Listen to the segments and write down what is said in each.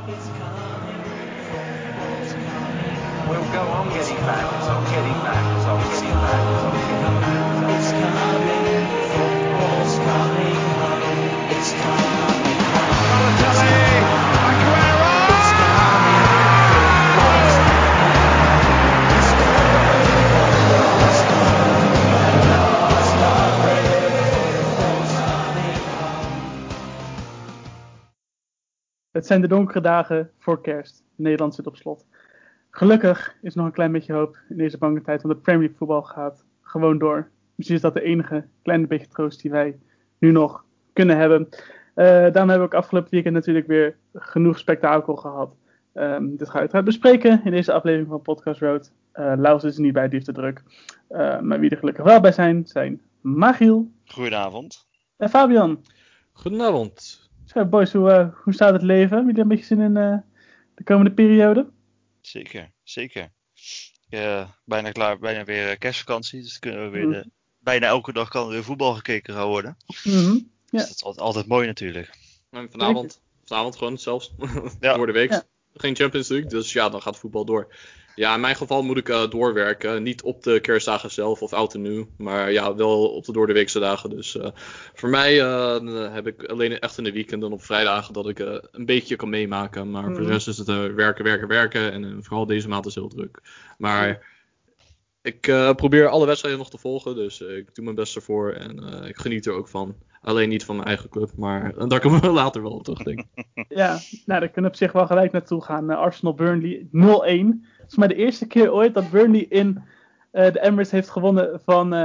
We'll go on getting back, it's on getting back, it's on getting back, it's on getting back, it's coming, football's coming home, it's coming home. Balotelli, Aguero! It's coming, football's Het zijn de donkere dagen voor kerst. Nederland zit op slot. Gelukkig is nog een klein beetje hoop in deze bange tijd, want de Premier League voetbal gaat gewoon door. Misschien is dat de enige kleine beetje troost die wij nu nog kunnen hebben. Daarom hebben we ook afgelopen weekend natuurlijk weer genoeg spektakel gehad. Dit gaan we uiteraard bespreken in deze aflevering van Podcast Road. Laus is er niet bij, die heeft de druk. Maar wie er gelukkig wel bij zijn Magiel. Goedenavond. En Fabian. Goedenavond. Zo boys, hoe staat het leven? Hebben jullie een beetje zin in de komende periode? Zeker. Bijna klaar, bijna weer kerstvakantie. Dus kunnen we weer bijna elke dag kan er weer voetbal gekeken gaan worden. Mm-hmm. Ja. Dus dat is altijd mooi natuurlijk. En vanavond gewoon zelfs. Ja. Door de week. Ja. Geen Champions League, dus ja, dan gaat voetbal door. Ja, in mijn geval moet ik doorwerken. Niet op de kerstdagen zelf of oud en nieuw. Maar ja, wel op de doordeweekse dagen. Dus voor mij heb ik alleen echt in de weekenden op vrijdagen dat ik een beetje kan meemaken. Maar voor de rest is het werken. En vooral deze maand is heel druk. Maar ik probeer alle wedstrijden nog te volgen. Dus ik doe mijn best ervoor. En ik geniet er ook van. Alleen niet van mijn eigen club. Maar daar komen we later wel op terug, denk ik. Ja, nou, daar kunnen we op zich wel gelijk naartoe gaan. Arsenal-Burnley 0-1. Het is maar de eerste keer ooit dat Burnley in de Emirates heeft gewonnen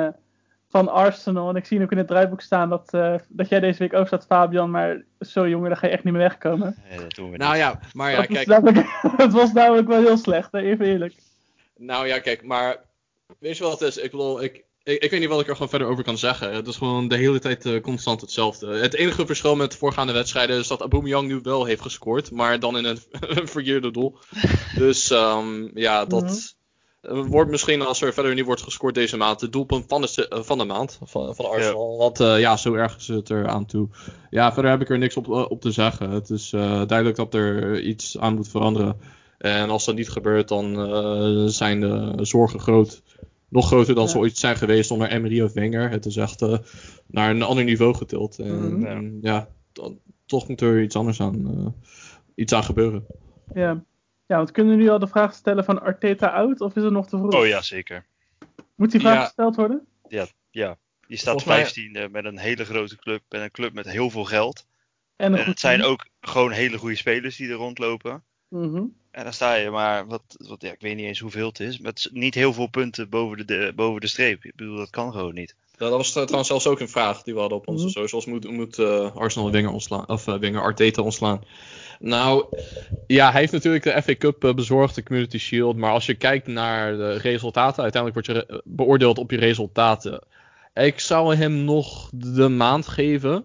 van Arsenal. En ik zie ook in het draaiboek staan dat jij deze week ook zat, Fabian. Maar sorry jongen, daar ga je echt niet meer wegkomen. Nee, dat doen we niet. Nou ja, maar ja, kijk. Het was namelijk wel heel slecht, hè? Even eerlijk. Nou ja, kijk, maar weet je wat het is? Ik bedoel, ik weet niet wat ik er gewoon verder over kan zeggen. Het is gewoon de hele tijd constant hetzelfde. Het enige verschil met de voorgaande wedstrijden is dat Aubameyang nu wel heeft gescoord, maar dan in een verkeerde doel. Dus ja, dat wordt misschien, als er verder niet wordt gescoord deze maand, het doelpunt van de maand van Arsenal. Want ja, zo erg is het er aan toe. Ja, verder heb ik er niks op te zeggen. Het is duidelijk dat er iets aan moet veranderen. En als dat niet gebeurt, dan zijn de zorgen groot. Nog groter dan ze ooit zijn geweest onder Emery of Wenger. Het is echt naar een ander niveau getild. En ja, toch moet er iets anders aan gebeuren. Ja, want kunnen we nu al de vraag stellen van Arteta out? Of is het nog te vroeg? Oh ja, zeker. Moet die vraag gesteld worden? Ja. Je staat 15e met een hele grote club. En een club met heel veel geld. En het zijn ook gewoon hele goede spelers die er rondlopen. Mm-hmm. En dan sta je maar, ik weet niet eens hoeveel het is, met niet heel veel punten boven de streep. Ik bedoel, dat kan gewoon niet. Ja, dat was trouwens zelfs ook een vraag die we hadden op onze socials. Moet Arsenal Wenger ontslaan, of Wenger Arteta ontslaan? Nou, ja, hij heeft natuurlijk de FA Cup bezorgd, de Community Shield. Maar als je kijkt naar de resultaten, uiteindelijk word je beoordeeld op je resultaten. Ik zou hem nog de maand geven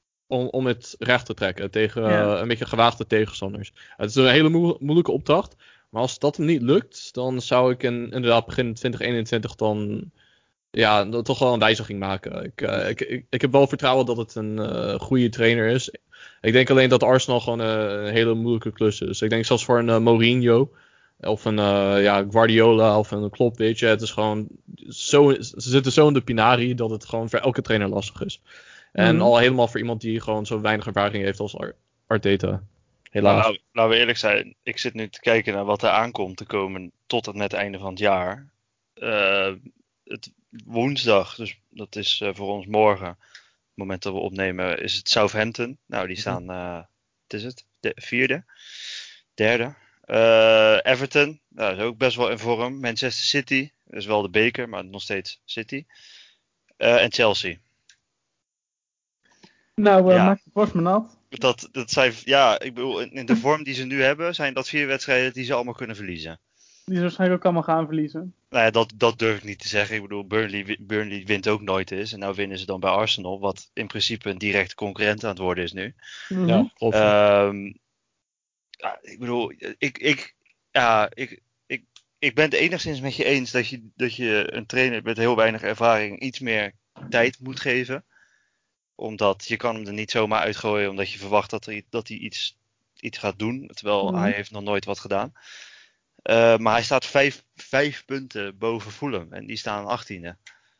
om het recht te trekken tegen een beetje gewaagde tegenstanders. Het is een hele moeilijke opdracht. Maar als dat hem niet lukt, dan zou ik inderdaad begin 2021 dan toch wel een wijziging maken. Ik heb wel vertrouwen dat het een goede trainer is. Ik denk alleen dat Arsenal gewoon een hele moeilijke klus is. Ik denk zelfs voor een Mourinho of een Guardiola of een Klopp, weet je. Het is gewoon ze zitten zo in de pinarie dat het gewoon voor elke trainer lastig is. En al helemaal voor iemand die gewoon zo weinig ervaring heeft als Arteta. Helaas. Nou, laten we eerlijk zijn. Ik zit nu te kijken naar wat er aankomt te komen tot het net einde van het jaar. Het woensdag, dus dat is voor ons morgen. Het moment dat we opnemen is het Southampton. Nou, die staan, wat is het? Derde. Everton, dat is ook best wel in vorm. Manchester City, dat is wel de beker, maar nog steeds City. En Chelsea. Nou, maak de borst maar nat. Dat zijn, ik bedoel, in de vorm die ze nu hebben, zijn dat 4 wedstrijden die ze allemaal kunnen verliezen. Die ze waarschijnlijk ook allemaal gaan verliezen. Nou ja, dat durf ik niet te zeggen. Ik bedoel, Burnley wint ook nooit eens. En nou winnen ze dan bij Arsenal, wat in principe een directe concurrent aan het worden is nu. Mm-hmm. Ja, klopt. Ik bedoel, ik ben het enigszins met je eens dat je een trainer met heel weinig ervaring iets meer tijd moet geven. Omdat je kan hem er niet zomaar uitgooien, omdat je verwacht dat hij iets iets gaat doen. Terwijl Mhm. hij heeft nog nooit wat gedaan. Maar hij staat 5 punten boven Fulham. En die staan 18e.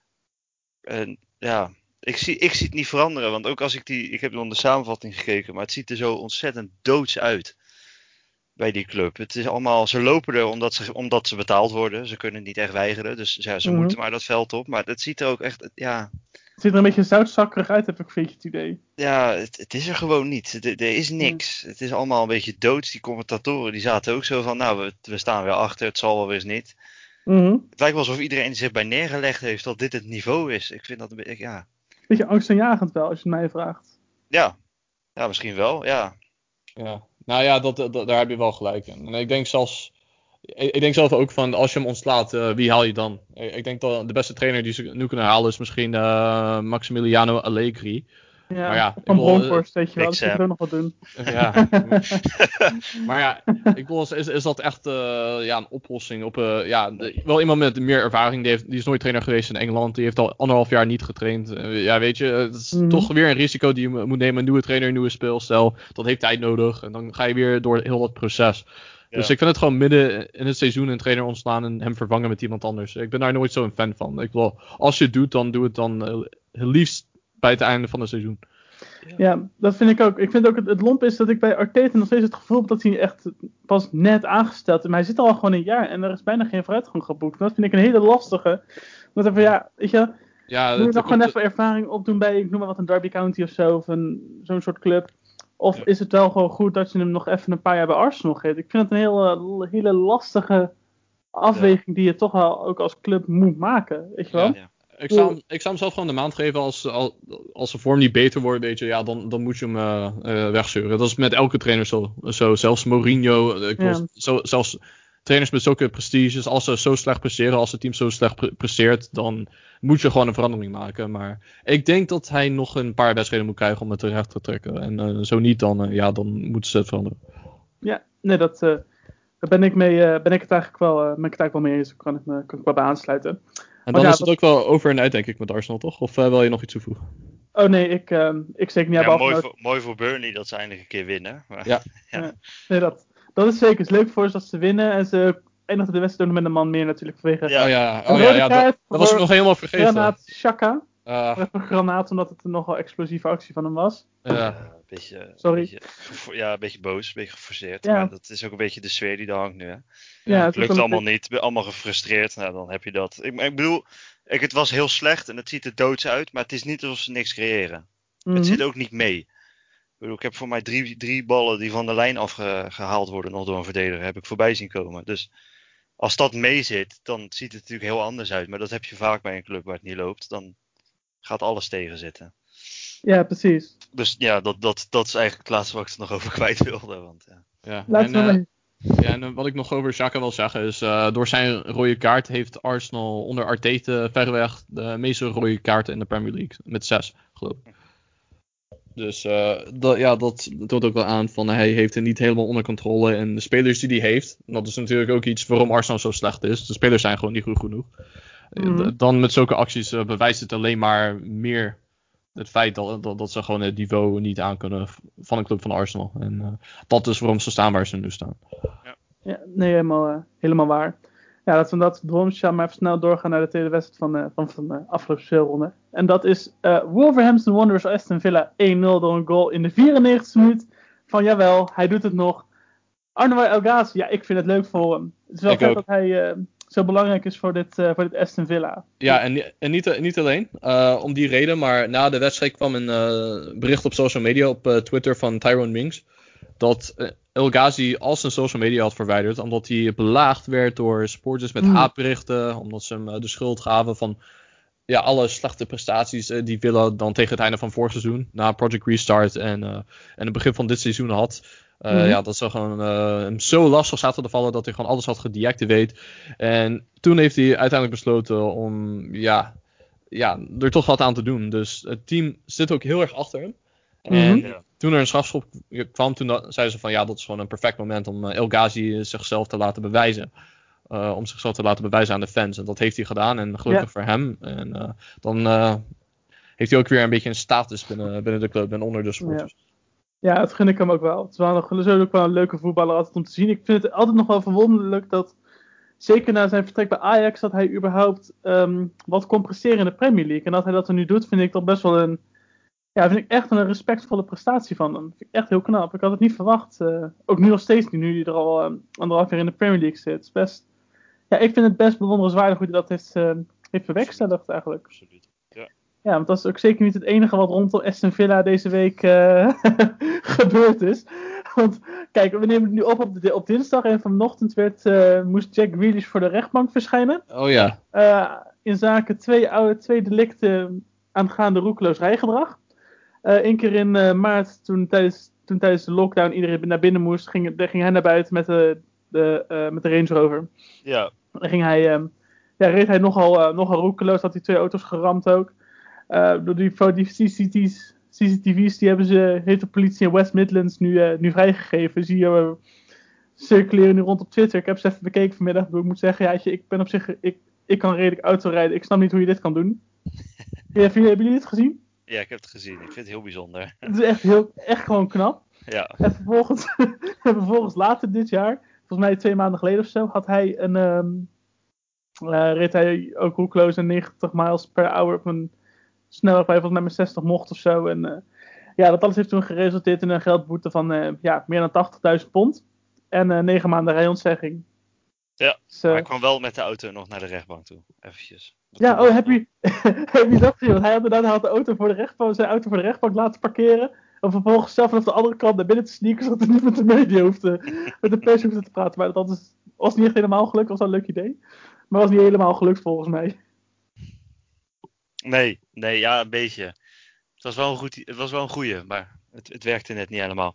En ja, ik zie het niet veranderen. Want ook als ik heb dan de samenvatting gekeken. Maar het ziet er zo ontzettend doods uit. Bij die club. Het is allemaal, ze lopen er omdat ze betaald worden. Ze kunnen niet echt weigeren. Dus ja, ze Mhm. moeten maar dat veld op. Maar het ziet er ook echt, ja... Het ziet er een beetje zoutzakkerig uit, heb ik een beetje het idee. Ja, het is er gewoon niet. Er is niks. Het is allemaal een beetje doods. Die commentatoren die zaten ook zo van, nou, we staan weer achter. Het zal wel eens niet. Mhm. Het lijkt wel alsof iedereen zich bij neergelegd heeft dat dit het niveau is. Ik vind dat een beetje, ja. Beetje angstaanjagend wel, als je het mij vraagt. Ja, misschien wel, ja. Ja, nou ja, daar heb je wel gelijk in. En ik denk zelf ook van, als je hem ontslaat, wie haal je dan? Ik denk dat de beste trainer die ze nu kunnen halen is misschien Maximiliano Allegri. Ja, Maar ja, van ik wil, Bronkhorst, weet je wel. Big Dat moet Sam. er ook nog wat doen. ja, maar ja, ik bedoel, is dat echt een oplossing? Wel iemand met meer ervaring, die is nooit trainer geweest in Engeland. Die heeft al 1,5 jaar niet getraind. Ja, weet je, het is Mhm. toch weer een risico die je moet nemen. Een nieuwe trainer, een nieuwe speelstijl. Dat heeft tijd nodig. En dan ga je weer door heel dat proces. Dus Ja. ik vind het gewoon midden in het seizoen een trainer ontslaan en hem vervangen met iemand anders. Ik ben daar nooit zo'n fan van. Ik wil, als je het doet, dan doe het dan het liefst bij het einde van het seizoen. Ja, dat vind ik ook. Ik vind ook het lomp is dat ik bij Arteta nog steeds het gevoel heb dat hij echt pas net aangesteld is. Maar hij zit al gewoon een jaar en er is bijna geen vooruitgang geboekt. Dat vind ik een hele lastige. Want even, ja, weet je, Ja, moet je het nog gewoon komt- even ervaring opdoen bij, ik noem maar wat, een Derby County of zo, of zo'n soort club. Of Ja. is het wel gewoon goed dat je hem nog even een paar jaar bij Arsenal geeft? Ik vind het een hele lastige afweging die je toch wel ook als club moet maken, weet je wel? Ja. Ik zou hem zelf gewoon de maand geven als de vorm niet beter wordt, weet je, ja, dan moet je hem wegzeuren. Dat is met elke trainer zo. Zelfs Mourinho, zelfs trainers met zulke prestiges, als ze zo slecht presteren, als het team zo slecht presteert, dan moet je gewoon een verandering maken. Maar ik denk dat hij nog een paar wedstrijden moet krijgen om het terecht te trekken. En zo niet, dan moeten ze het veranderen. Ja, nee, daar ben ik het eigenlijk wel mee eens. Kan ik wel bij aansluiten. En Maar dan ja, is het ook wel over en uit, denk ik, met Arsenal, toch? Of wil je nog iets toevoegen? Oh nee, ik zeker niet. Ja, Behalve mooi voor Burnley dat ze eindelijk een keer winnen. Maar, Ja. ja. Nee, dat is zeker. Het is leuk voor ze dat ze winnen. En ze eindigden de wedstrijd ook nog met een man meer natuurlijk. Vanwege Ja. een rode kaart dat was ik voor nog helemaal vergeten. Granaat Xhaka. Ah, Even granaat, omdat het een nogal explosieve actie van hem was. Een beetje, Sorry. Een beetje boos, een beetje geforceerd. Ja. Maar dat is ook een beetje de sfeer die er hangt nu. Hè? Ja, Het lukt allemaal niet, allemaal gefrustreerd. Nou, dan heb je dat. Ik bedoel, het was heel slecht en het ziet er doods uit. Maar het is niet alsof ze niks creëren. Het zit ook niet mee. Ik bedoel, ik heb voor mij drie ballen die van de lijn afgehaald worden nog door een verdediger, heb ik voorbij zien komen. Dus als dat mee zit, dan ziet het natuurlijk heel anders uit. Maar dat heb je vaak bij een club waar het niet loopt. Dan gaat alles tegen zitten. Ja, precies. Dus ja, dat is eigenlijk het laatste wat ik er nog over kwijt wilde. Want, ja. Laten Wat ik nog over Xhaka wil zeggen is, door zijn rode kaart heeft Arsenal onder Arteta verreweg de meeste rode kaarten in de Premier League. Met 6, geloof ik. Dus dat toont ook wel aan van hij heeft het niet helemaal onder controle. En de spelers die hij heeft, dat is natuurlijk ook iets waarom Arsenal zo slecht is. De spelers zijn gewoon niet goed genoeg. Dan met zulke acties bewijst het alleen maar meer het feit dat ze gewoon het niveau niet aankunnen van een club van Arsenal. En dat is waarom ze staan waar ze nu staan. Ja, nee, helemaal waar. Ja, laten we dat droomsja maar even snel doorgaan naar de tweede wedstrijd van de afgelopen speelronde. En dat is Wolverhampton Wanderers Aston Villa 1-0 door een goal in de 94e minuut. Van jawel, hij doet het nog. Anwar El Ghazi, ja, ik vind het leuk voor hem. Het is wel vet dat hij zo belangrijk is voor dit Aston Villa. Ja, en niet alleen om die reden, maar na de wedstrijd kwam een bericht op social media, op Twitter van Tyrone Mings, dat El Ghazi al zijn social media had verwijderd, omdat hij belaagd werd door supporters met haatberichten, omdat ze hem de schuld gaven van alle slechte prestaties die Villa dan tegen het einde van vorig seizoen, na Project Restart en het begin van dit seizoen had. Dat ze gewoon hem zo lastig zaten te vallen dat hij gewoon alles had gedeactiveerd. En toen heeft hij uiteindelijk besloten om er toch wat aan te doen. Dus het team zit ook heel erg achter hem. En toen er een strafschop kwam, toen zeiden ze van dat is gewoon een perfect moment om El Ghazi zichzelf te laten bewijzen. Om zichzelf te laten bewijzen aan de fans. En dat heeft hij gedaan. En gelukkig voor hem. En dan heeft hij ook weer een beetje een status binnen de club en onder de supporters. Ja, dat gun ik hem ook wel. Het is wel sowieso ook wel een leuke voetballer altijd om te zien. Ik vind het altijd nog wel verwonderlijk dat, zeker na zijn vertrek bij Ajax, dat hij überhaupt wat kon presteren in de Premier League. En dat hij dat er nu doet, vind ik toch best wel vind ik echt een respectvolle prestatie van hem. Vind ik echt heel knap. Ik had het niet verwacht. Ook nu nog steeds niet, nu hij er al 1,5 jaar in de Premier League zit. Het is best, ja, ik vind het best bewonderenswaardig hoe hij dat heeft bewerkstelligd eigenlijk. Absoluut. Ja. Ja, want dat is ook zeker niet het enige wat rondom Aston Villa deze week gebeurd is. Want kijk, we nemen het nu op dinsdag en vanochtend moest Jack Grealish voor de rechtbank verschijnen. Oh ja. In zaken twee delicten aangaande roekeloos rijgedrag. Eén keer in maart, toen tijdens de lockdown iedereen naar binnen moest, ging hij naar buiten met de Range Rover. Ja. Dan reed hij nogal roekeloos, had hij 2 auto's geramd ook. Door die CCTV's, heeft de politie in West Midlands nu vrijgegeven. Die circuleren nu rond op Twitter. Ik heb ze even bekeken vanmiddag. Ik moet zeggen, ja, ik ben op zich, ik kan redelijk autorijden. Ik snap niet hoe je dit kan doen. Hebben jullie dit gezien? Ja, ik heb het gezien. Ik vind het heel bijzonder. Het is echt gewoon knap. Ja. En vervolgens later dit jaar, volgens mij 2 maanden geleden of zo, had hij reed hij ook roekeloos en 90 miles per hour op een snelweg waar hij volgens mij met 60 mocht of zo. En dat alles heeft toen geresulteerd in een geldboete van meer dan £80.000. En 9 maanden rijontzegging. Ja, Dus, maar hij kwam wel met de auto nog naar de rechtbank toe. Eventjes. heb je dat gezien? Want hij had de auto zijn auto voor de rechtbank laten parkeren. En vervolgens zelf vanaf de andere kant naar binnen te sneaken, zodat hij niet met de media met de pers hoefde te praten. Maar dat was niet echt helemaal gelukt, was wel een leuk idee. Maar was niet helemaal gelukt volgens mij. Nee, ja, een beetje. Het was wel een goeie, maar het werkte net niet helemaal.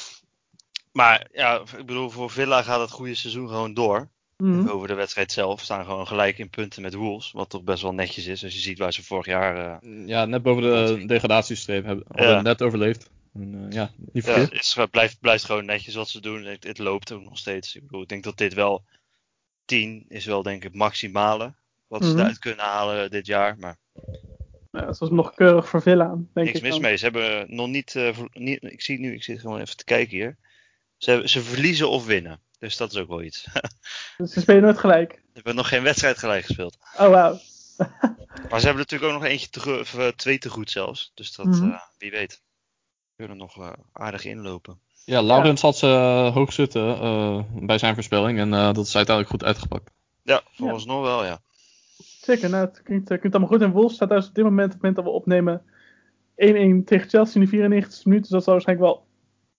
Maar ja, ik bedoel, voor Villa gaat het goede seizoen gewoon door. Even over de wedstrijd zelf. Staan gewoon gelijk in punten met Wolves. Wat toch best wel netjes is. Als je ziet waar ze vorig jaar... Ja, net boven de degradatiestreep hadden net overleefd. Niet verkeerd. Ja, blijft gewoon netjes wat ze doen. Het loopt ook nog steeds. Ik bedoel, ik denk dat dit wel 10 is wel denk ik het maximale. Wat ze eruit kunnen halen dit jaar. Maar Ja, dat was nog keurig voor Villa, denk ik. niks mis mee. Ze hebben nog niet... ik zit gewoon even te kijken hier. Ze verliezen of winnen. Dus dat is ook wel iets. Dus ze spelen nooit gelijk. Ze hebben nog geen wedstrijd gelijk gespeeld. Oh, wauw. Maar ze hebben natuurlijk ook nog 2 te goed zelfs. Dus dat, wie weet. Kunnen nog aardig inlopen. Ja, Laurens had ze hoog zitten bij zijn voorspelling. En dat is uiteindelijk goed uitgepakt. Ja, vooralsnog wel, ja. Zeker, nou, het klinkt allemaal goed. En Wolves staat dus op dit moment dat we opnemen 1-1 tegen Chelsea in de 94e minuut. Dus dat zal waarschijnlijk wel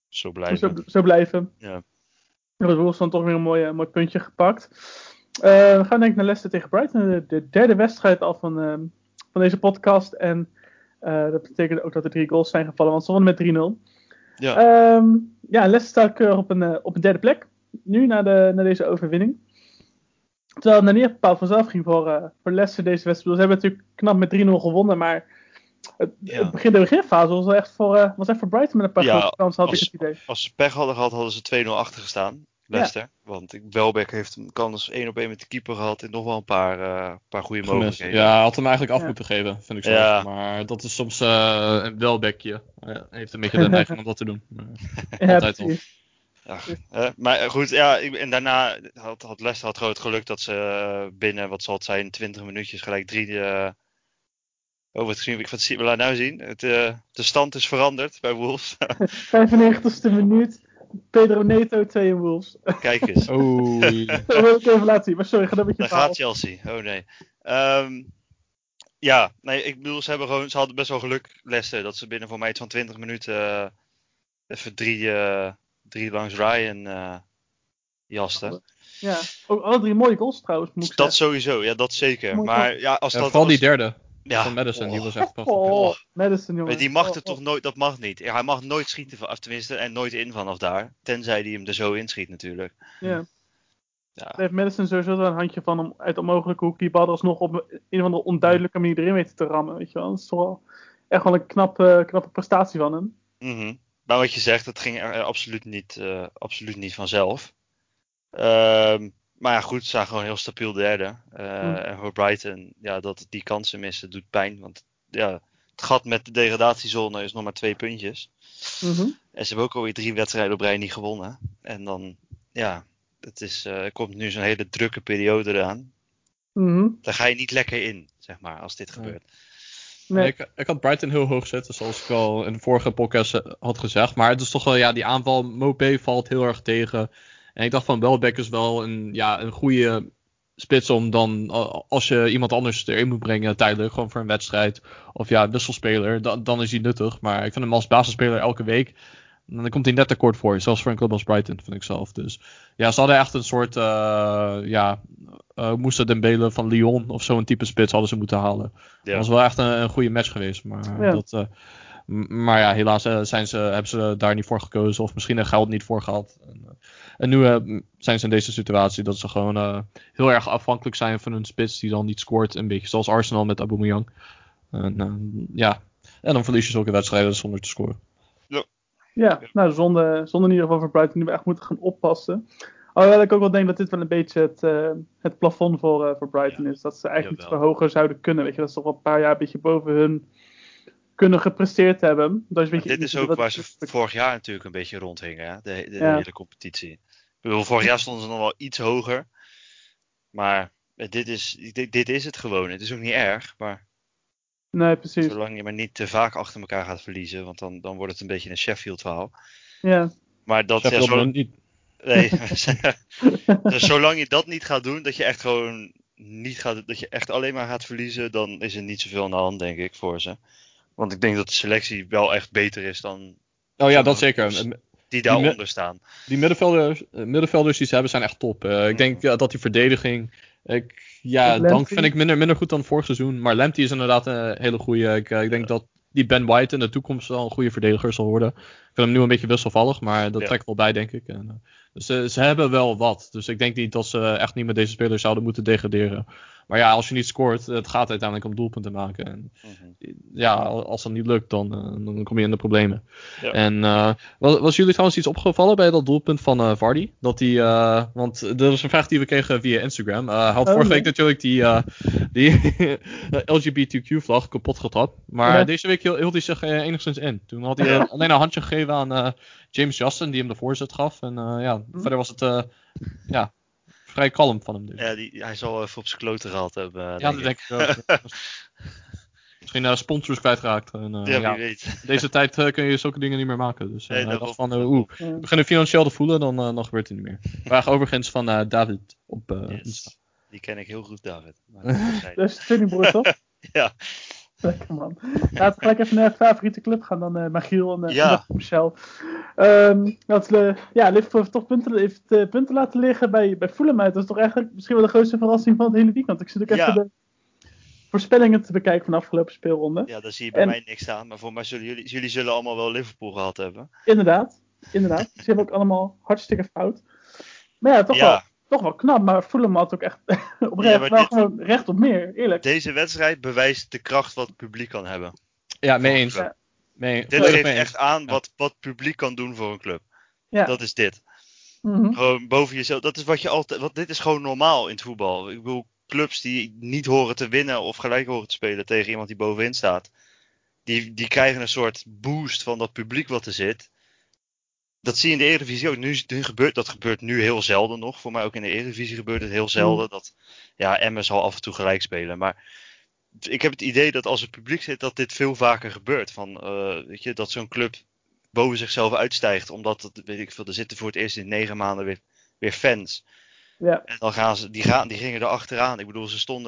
zo blijven. Ja. De Wolves dan toch weer een mooi puntje gepakt. We gaan denk ik naar Leicester tegen Brighton. De derde wedstrijd al van deze podcast. En dat betekent ook dat er 3 goals zijn gevallen. Want ze wonnen met 3-0. Ja. Leicester staat keurig op een derde plek. Nu na deze overwinning. Terwijl het niet echt bepaald vanzelf ging voor Leicester deze wedstrijd. Ze hebben natuurlijk knap met 3-0 gewonnen. Maar de beginfase was echt voor Brighton met een paar grote kansen, had ik het idee. Als ze pech hadden gehad, hadden ze 2-0 achter gestaan. Leicester. Ja. Want Welbeck heeft een kans 1-op-1 met de keeper gehad. En nog wel een paar goede mogelijkheden. Ja, had hem eigenlijk af moeten geven, vind ik zelf. Ja. Maar dat is soms een Welbeckje. Heeft een beetje de neiging om dat te doen. Altijd wel. Ja, maar goed, en daarna had Leicester gewoon het geluk dat ze binnen, wat zal het zijn, 20 minuutjes gelijk 3... wat we laten nou zien. De stand is veranderd bij Wolves. 95e minuut. Pedro Neto 2 in Wolves. Kijk eens. Oei. Dat wil ik even laten zien. Maar sorry, ga dan met je verhaal. Daar gaat Chelsea. Oh nee. Ik bedoel, ze hadden best wel geluk, Leicester, dat ze binnen voor mij iets van 20 minuten even 3 langs Ryan jasten. Ja, ook alle 3 mooie goals trouwens, moet ik dat zeggen. Sowieso, ja, dat zeker. Mooi maar ja, als dat... Vooral die derde. Ja. Van Madison, die was echt prachtig. Madison, jongen. Die mag er toch nooit, dat mag niet. Ja, hij mag nooit schieten, tenminste, en nooit in vanaf daar. Tenzij hij hem er zo inschiet natuurlijk. Ja. Daar heeft Madison sowieso wel een handje van om uit onmogelijke hoek die bal alsnog op een of andere onduidelijke manier erin weten te rammen. Weet je wel. Dat is toch wel echt wel een knappe prestatie van hem. Mm-hmm. Maar wat je zegt, dat ging er absoluut niet vanzelf. Maar ja, goed, ze zijn gewoon heel stabiel derde. En voor Brighton, dat die kansen missen doet pijn. Want het gat met de degradatiezone is nog maar 2 puntjes. Mhm. En ze hebben ook alweer 3 wedstrijden op rij niet gewonnen. En dan, ja, er komt nu zo'n hele drukke periode eraan. Mhm. Daar ga je niet lekker in, zeg maar, als dit Nee. gebeurt. Nee. Ik had Brighton heel hoog zitten, zoals ik al in de vorige podcast had gezegd. Maar het is toch wel, ja, die aanval, Mopé valt heel erg tegen. En ik dacht van Welbeck is wel een goede spits om dan, als je iemand anders erin moet brengen tijdelijk, gewoon voor een wedstrijd. Of ja, wisselspeler, dan is hij nuttig. Maar ik vind hem als basisspeler elke week, dan komt hij net tekort voor je. Zelfs voor een club als Brighton, vind ik zelf. Dus ja, ze hadden echt een soort, Moussa Dembele van Lyon of zo'n type spits hadden ze moeten halen. Ja. Dat was wel echt een goede match geweest. Maar, Ja. maar ja, helaas hebben ze daar niet voor gekozen. Of misschien er geld niet voor gehad. En nu zijn ze in deze situatie dat ze gewoon heel erg afhankelijk zijn van hun spits die dan niet scoort. Een beetje zoals Arsenal met Aubameyang. Ja, en dan verlies je zulke wedstrijden zonder te scoren. Ja, nou, zonde in ieder geval voor Brighton die we echt moeten gaan oppassen. Alhoewel ik ook wel denk dat dit wel een beetje het plafond voor Brighton is. Dat ze eigenlijk niet Jawel. veel hoger zouden kunnen. Weet je, dat ze toch wel een paar jaar een beetje boven hun kunnen gepresteerd hebben. Dat is een Maar beetje dit is ook waar ze vorig jaar natuurlijk een beetje rondhingen, hè? De Ja. hele competitie. Ik bedoel, vorig jaar stonden ze nog wel iets hoger. Maar dit is het gewoon. Het is ook niet erg, maar Nee, precies. zolang je maar niet te vaak achter elkaar gaat verliezen, want dan wordt het een beetje een Sheffield verhaal. Ja. Maar dat, ja, Sheffield niet. nee, dus zolang je dat niet gaat doen, dat je echt gewoon niet gaat, dat je echt alleen maar gaat verliezen, dan is er niet zoveel aan de hand, denk ik, voor ze. Want ik denk dat de selectie wel echt beter is dan Oh ja, dat sommige zeker. clubs die daaronder staan. Die middenvelders die ze hebben zijn echt top. Ik denk dat die verdediging... Dank vind ik minder goed dan vorig seizoen. Maar Lamptey is inderdaad een hele goede. Ik denk dat die Ben White in de toekomst wel een goede verdediger zal worden. Ik vind hem nu een beetje wisselvallig, maar dat trekt wel bij, denk ik. Dus ze hebben wel wat. Dus ik denk niet dat ze echt niet met deze spelers zouden moeten degraderen. Maar ja, als je niet scoort, het gaat uiteindelijk om doelpunten maken. En ja, als dat niet lukt, dan kom je in de problemen. Ja. En was jullie trouwens iets opgevallen bij dat doelpunt van Vardy? Dat hij, want dat is een vraag die we kregen via Instagram. Hij had vorige week natuurlijk die LGBTQ-vlag kapot getrapt. Maar deze week hield hij zich enigszins in. Toen had hij alleen een handje gegeven aan James Justin, die hem de voorzet gaf. En verder was het vrij kalm van hem. Dus. Ja, hij zal even op zijn kloten gehad hebben. Ja, dat denk ik ook. Misschien sponsors kwijtgeraakt. Wie weet. Deze tijd kun je zulke dingen niet meer maken. Dus hij dacht van, Ja. we beginnen financieel te voelen, dan gebeurt het niet meer. Vraag overigens van David op Insta. Die ken ik heel goed, David. Dat is de tweelingbroer, toch? Ja. Lekker man. Laten we gelijk even naar de favoriete club gaan dan Michiel en Michel. Liverpool heeft toch punten laten liggen bij Fulham uit. Dat is toch eigenlijk misschien wel de grootste verrassing van het hele weekend. Ik zit ook even de voorspellingen te bekijken van de afgelopen speelronde. Ja, daar zie je bij mij niks staan. Maar voor mij zullen jullie zullen allemaal wel Liverpool gehad hebben. Inderdaad. Ze hebben ook allemaal hartstikke fout. Maar ja, toch wel knap. Maar Fulham had ook echt oprecht wel gewoon recht op meer. Eerlijk. Deze wedstrijd bewijst de kracht wat het publiek kan hebben. Ja, mee eens. Ja. Dit geeft echt aan wat het publiek kan doen voor een club. Ja. Dat is dit. Mm-hmm. Gewoon boven jezelf. Dat is wat je altijd. Want dit is gewoon normaal in het voetbal. Ik bedoel, clubs die niet horen te winnen of gelijk horen te spelen tegen iemand die bovenin staat. Die krijgen een soort boost van dat publiek wat er zit. Dat zie je in de Eredivisie ook. Dat gebeurt nu heel zelden nog. Voor mij ook in de Eredivisie gebeurt het heel zelden. Dat Emmen zal af en toe gelijk spelen. Maar ik heb het idee dat als het publiek zit, dat dit veel vaker gebeurt. Dat zo'n club boven zichzelf uitstijgt. Omdat, weet ik veel, er zitten voor het eerst in 9 maanden weer fans. Ja. En dan die gingen er achteraan. Ik bedoel,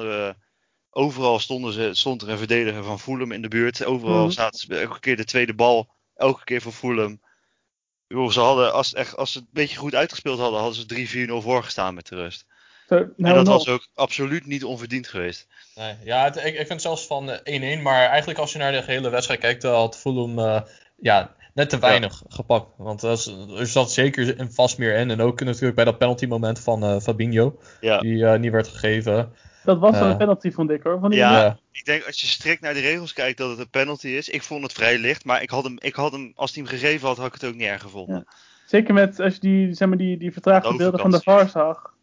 overal stond er een verdediger van Fulham in de buurt. Overal zaten ze elke keer de tweede bal. Elke keer voor Fulham. Ik bedoel, ze hadden, als ze het een beetje goed uitgespeeld hadden ze 3-4-0 voorgestaan met de rust. En dat was ook absoluut niet onverdiend geweest. Nee, ja, ik vind zelfs van 1-1. Maar eigenlijk als je naar de gehele wedstrijd kijkt, had Fulham net te weinig gepakt. Want er zat zeker een vast meer in. En ook natuurlijk bij dat penalty moment van Fabinho. Die niet werd gegeven. Dat was wel een penalty, vond ik hoor. Ik denk als je strikt naar de regels kijkt dat het een penalty is. Ik vond het vrij licht, maar ik had hem als hij hem gegeven had ik het ook niet erg gevonden. Ja. Zeker met als je die vertraagde beelden van de VAR zag.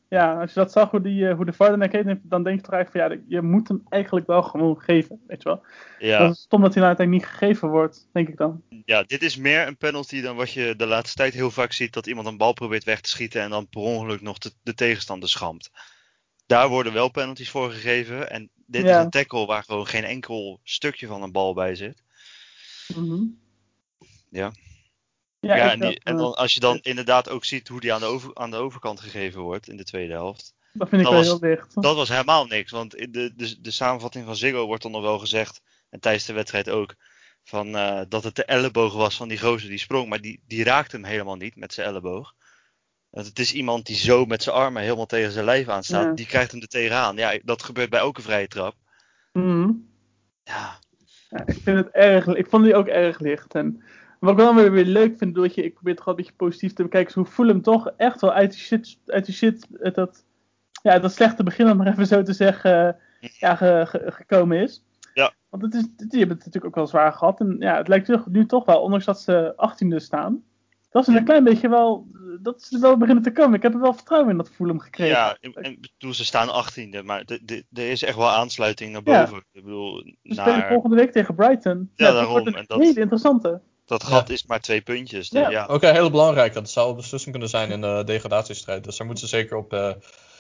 Ja, als je dat zag, hoe de VAR naar keek, dan denk je toch eigenlijk van, ja, je moet hem eigenlijk wel gewoon geven, weet je wel. Ja. Dat is stom dat hij nou uiteindelijk niet gegeven wordt, denk ik dan. Ja, dit is meer een penalty dan wat je de laatste tijd heel vaak ziet. Dat iemand een bal probeert weg te schieten en dan per ongeluk nog de tegenstander schampt. Daar worden wel penalties voor gegeven. En dit is een tackle waar gewoon geen enkel stukje van een bal bij zit. Mhm. Ja. Ja, en dan, als je dan inderdaad ook ziet hoe die aan de overkant gegeven wordt in de tweede helft. Dat vind ik wel heel licht. Dat was helemaal niks. Want in de samenvatting van Ziggo wordt dan nog wel gezegd, en tijdens de wedstrijd ook, van, dat het de elleboog was van die gozer die sprong. Maar die raakte hem helemaal niet met zijn elleboog. Want het is iemand die zo met zijn armen helemaal tegen zijn lijf aanstaat. Ja. Die krijgt hem er tegenaan. Ja, dat gebeurt bij elke vrije trap. Mhm. Ja. Ja, ik vond die ook erg licht. En wat ik wel weer leuk vind, ik probeer het gewoon een beetje positief te bekijken, is hoe Fulham toch echt wel uit die shit dat slechte begin, om maar even zo te zeggen, gekomen is. Ja. Want die hebben het natuurlijk ook wel zwaar gehad. En ja, het lijkt nu toch wel, ondanks dat ze 18e staan, dat ze een klein beetje wel, dat ze er wel beginnen te komen. Ik heb er wel vertrouwen in dat Fulham gekregen. Ja, en bedoel, ze staan 18e, maar er is echt wel aansluiting naar boven. Ja. Ik bedoel, Ze spelen volgende week tegen Brighton. Ja, dat wordt een hele interessante. Dat gat is maar 2 puntjes. Ja. Ja. Ook een hele belangrijke. Dat zou een beslissing kunnen zijn in de degradatiestrijd. Dus daar moeten ze zeker op,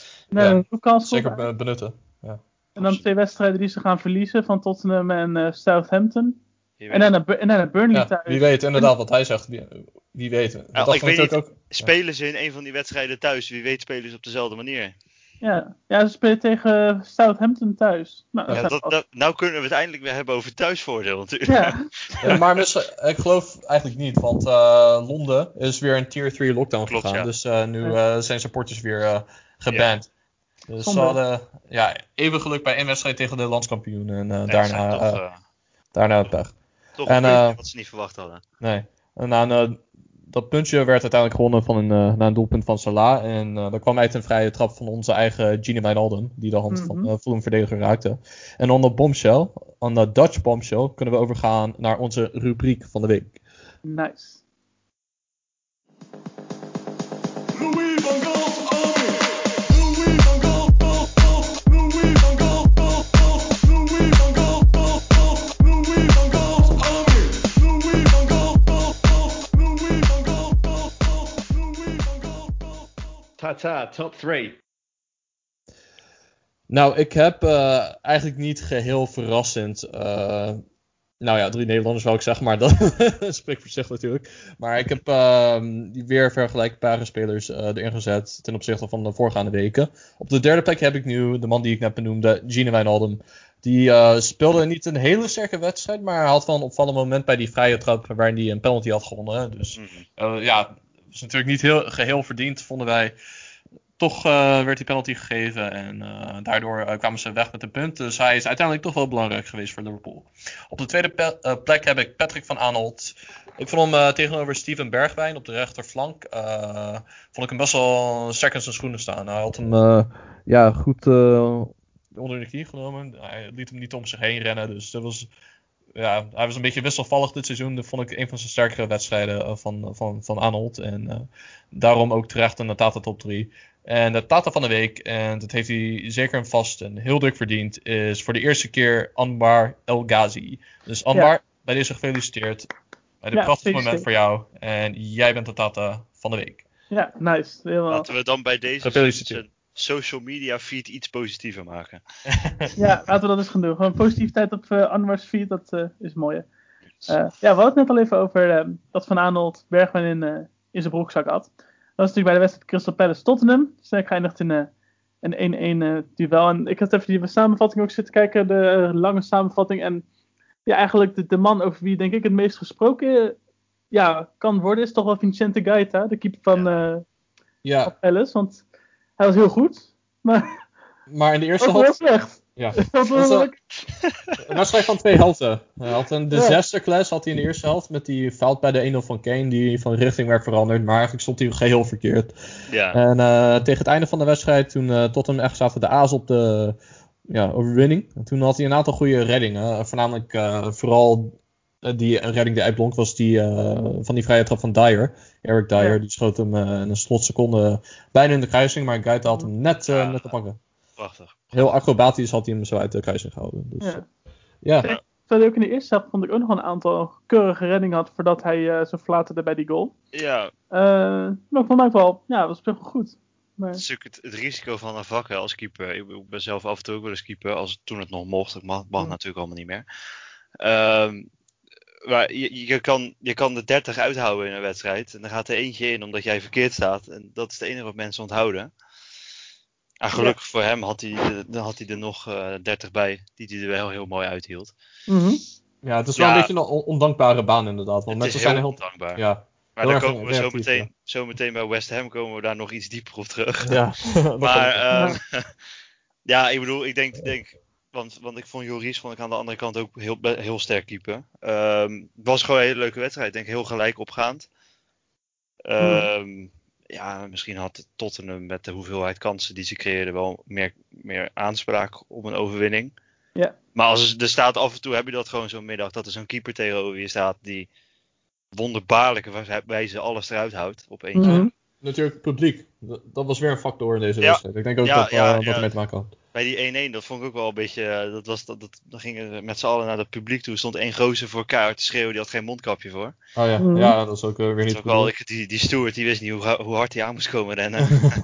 zeker benutten. Ja. En dan 2 wedstrijden die ze gaan verliezen van Tottenham en Southampton. En dan naar Burnley thuis. Wie weet inderdaad wat hij zegt. Wie weet. Ik weet niet, spelen ze in een van die wedstrijden thuis? Wie weet spelen ze op dezelfde manier. Ja, ze spelen tegen Southampton thuis. Nou kunnen we het eindelijk weer hebben over thuisvoordeel natuurlijk. Ja. Maar ik geloof eigenlijk niet, want Londen is weer een tier 3 lockdown gegaan. Ja. Dus nu zijn supporters weer geband. Ja. Dus ze hadden even geluk bij 1 wedstrijd tegen de landskampioen en daarna het pech. Toch een puntje wat ze niet verwacht hadden. Nee. En dat puntje werd uiteindelijk gewonnen van na een doelpunt van Salah. En dat kwam uit een vrije trap van onze eigen Gini Wijnaldum, die de hand van Fulham-verdediger raakte. En on the Dutch bombshell, kunnen we overgaan naar onze rubriek van de week. Nice. Louis van Gaal. Tata, top 3. Nou, ik heb eigenlijk niet geheel verrassend. 3 Nederlanders wou ik zeggen, maar dat spreekt voor zich natuurlijk. Maar ik heb weer vergelijkbare spelers erin gezet ten opzichte van de voorgaande weken. Op de derde plek heb ik nu de man die ik net benoemde, Gini Wijnaldum. Die speelde niet een hele sterke wedstrijd, maar hij had wel een opvallend moment bij die vrije trap waarin hij een penalty had gewonnen. Dus is natuurlijk niet geheel verdiend, vonden wij. Toch werd die penalty gegeven en daardoor kwamen ze weg met een punt. Dus hij is uiteindelijk toch wel belangrijk geweest voor Liverpool. Op de tweede plek heb ik Patrick van Aanholt. Ik vond hem tegenover Steven Bergwijn op de rechterflank. Vond ik hem best wel sterk in zijn schoenen staan. Hij had hem goed onder de knie genomen. Hij liet hem niet om zich heen rennen. Dus dat was... Ja, hij was een beetje wisselvallig dit seizoen. Dat vond ik een van zijn sterkere wedstrijden van Aanholt. En daarom ook terecht in de Tata top 3. En de Tata van de week, en dat heeft hij zeker en vast en heel druk verdiend, is voor de eerste keer Anwar El Ghazi. Dus Anwar, bij deze gefeliciteerd. Bij dit prachtig moment voor jou. En jij bent de Tata van de week. Ja, nice. Helemaal. Laten we dan bij deze social media feed iets positiever maken. Ja, laten we dat eens gaan doen. Gewoon positiviteit op Anwar's feed, dat is mooi. We hadden het net al even over dat Van Aanholt Bergwijn in zijn broekzak had. Dat is natuurlijk bij de wedstrijd Crystal Palace Tottenham. Sterk geëindigd in een 1-1 duel. En ik had even die samenvatting ook zitten kijken, de lange samenvatting. En eigenlijk de man over wie denk ik het meest gesproken kan worden, is toch wel Vicente Gaeta, de keeper van Palace. Want hij was heel goed, maar in de eerste helft slecht. Ja. Een wedstrijd van 2 helften. Hij had een disaster class in de eerste helft met die fout bij de 1-0 van Kane die van richting werd veranderd. Maar eigenlijk stond hij geheel verkeerd. Ja. En tegen het einde van de wedstrijd, toen Tottenham echt zaten de aas op de overwinning. En toen had hij een aantal goede reddingen. Voornamelijk vooral die redding die uitblonk was die van die vrije trap van Dyer. Eric Dyer, Ja. die schoot hem in een slotseconde bijna in de kruising, maar Guy had hem net te pakken. Prachtig. Heel acrobatisch had hij hem zo uit de kruising gehouden. Dus, ja. Terwijl hij ook in de eerste helft vond ik ook nog een aantal keurige reddingen had voordat hij zo flaterde bij die goal. Ja. Maar ik vond het wel, dat was best wel goed. Maar... Het is natuurlijk het risico van een vak als keeper. Ik ben zelf af en toe ook wel eens keeper, toen het nog mocht. Het mag natuurlijk allemaal niet meer. Maar je kan de 30 uithouden in een wedstrijd. En dan gaat er eentje in omdat jij verkeerd staat. En dat is het enige wat mensen onthouden. En gelukkig voor hem had hij er nog 30 bij. Die hij er wel heel mooi uithield. Mm-hmm. Ja, het is wel een beetje een ondankbare baan inderdaad. Want mensen zijn heel ondankbaar. Ja. Maar dan komen we zo meteen bij West Ham komen we daar nog iets dieper op terug. Ja. Maar ja, ik bedoel, ik denk want ik vond Joris aan de andere kant ook heel sterk keeper. Het was gewoon een hele leuke wedstrijd. Ik denk heel gelijk opgaand. Ja, misschien had Tottenham met de hoeveelheid kansen die ze creëerden wel meer aanspraak op een overwinning. Ja. Maar er staat af en toe, heb je dat gewoon zo'n middag, dat er zo'n keeper tegenover je staat die wonderbaarlijke wijze alles eruit houdt op één keer. Mm-hmm. Natuurlijk publiek. Dat was weer een factor in deze wedstrijd. Ik denk ook dat ermee te maken had. Bij die 1-1, dat vond ik ook wel een beetje... Dan gingen we met z'n allen naar het publiek toe. Er stond één gozer voor elkaar te schreeuwen. Die had geen mondkapje voor. Oh ja, ja dat is ook weer niet goed. Die steward die wist niet hoe hard hij aan moest komen rennen.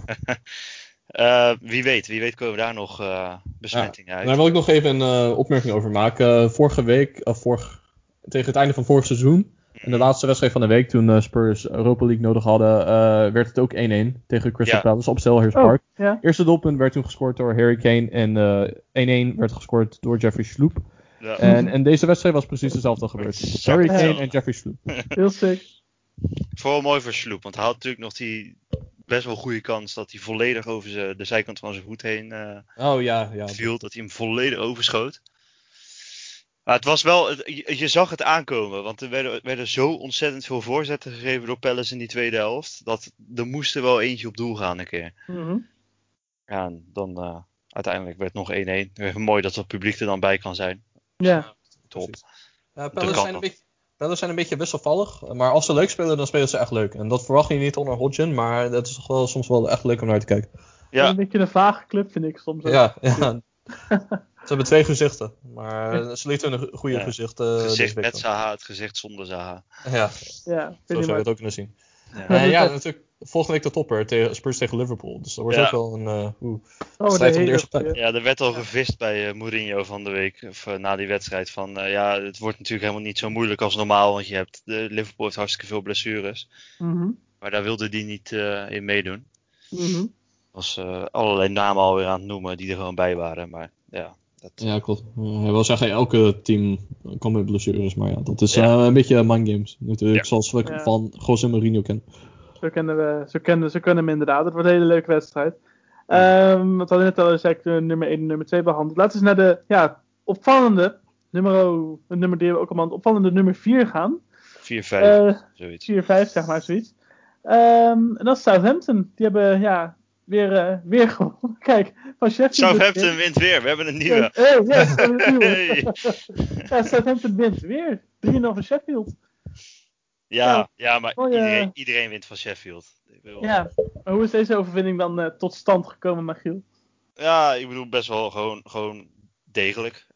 Wie weet komen daar nog besmettingen uit. Daar wil ik nog even een opmerking over maken. Vorige week, tegen het einde van vorig seizoen... In de laatste wedstrijd van de week, toen Spurs Europa League nodig hadden, werd het ook 1-1 tegen Crystal Palace op Selhurst Park. Eerste doelpunt werd toen gescoord door Harry Kane en 1-1 werd gescoord door Jeffrey Schlupp. Ja. En deze wedstrijd was precies hetzelfde gebeurd. Harry Kane en Jeffrey Schlupp. Heel sick. Vooral mooi voor Schlupp, want hij had natuurlijk nog die best wel goede kans dat hij volledig over de zijkant van zijn voet heen viel. Dat hij hem volledig overschoot. Maar het was wel, je zag het aankomen, want er werden zo ontzettend veel voorzetten gegeven door Palace in die tweede helft, dat er moest er wel eentje op doel gaan een keer. Mm-hmm. Ja, en dan uiteindelijk werd het nog 1-1. Mooi dat het publiek er dan bij kan zijn. Ja. Top. Palace zijn een beetje wisselvallig, maar als ze leuk spelen, dan spelen ze echt leuk. En dat verwacht je niet onder Hodgson, maar dat is toch wel soms wel echt leuk om naar te kijken. Ja. Een beetje een vage club vind ik soms ook. Ja. Ze hebben twee gezichten, maar ze lieten een goede gezicht. Het gezicht met Zaha, het gezicht zonder Zaha. Ja, zo zou je het ook kunnen zien. Ja, natuurlijk volgende week de topper Spurs tegen Liverpool. Dus dat wordt ook wel een strijd om de eerste plek. Ja, er werd al gevist bij Mourinho van de week, of na die wedstrijd. Van het wordt natuurlijk helemaal niet zo moeilijk als normaal, want Liverpool heeft hartstikke veel blessures. Mm-hmm. Maar daar wilde hij niet in meedoen. Mm-hmm. Was allerlei namen alweer aan het noemen die er gewoon bij waren, maar ja. Ja, klopt. Hij wil zeggen, elke team kan met blessures, maar ja, dat is een beetje mind games. Natuurlijk, zoals we van José Mourinho kennen. Zo kennen hem inderdaad. Het wordt een hele leuke wedstrijd. Wat hadden we net al gezegd, nummer 1 en nummer 2 behandeld. Laten we eens naar de opvallende nummer die we ook allemaal opvallende nummer 4 gaan. 4-5, zoiets. 4-5, zeg maar, zoiets. En dat is Southampton. Die hebben weer gewonnen. Kijk, van Sheffield. Southampton wint weer. We hebben een nieuwe. We hebben een nieuwe. Ja, Southampton wint weer. 3-0 van Sheffield. Ja, maar iedereen wint van Sheffield. Ja, maar hoe is deze overwinning dan tot stand gekomen, Michiel? Ja, ik bedoel best wel gewoon degelijk.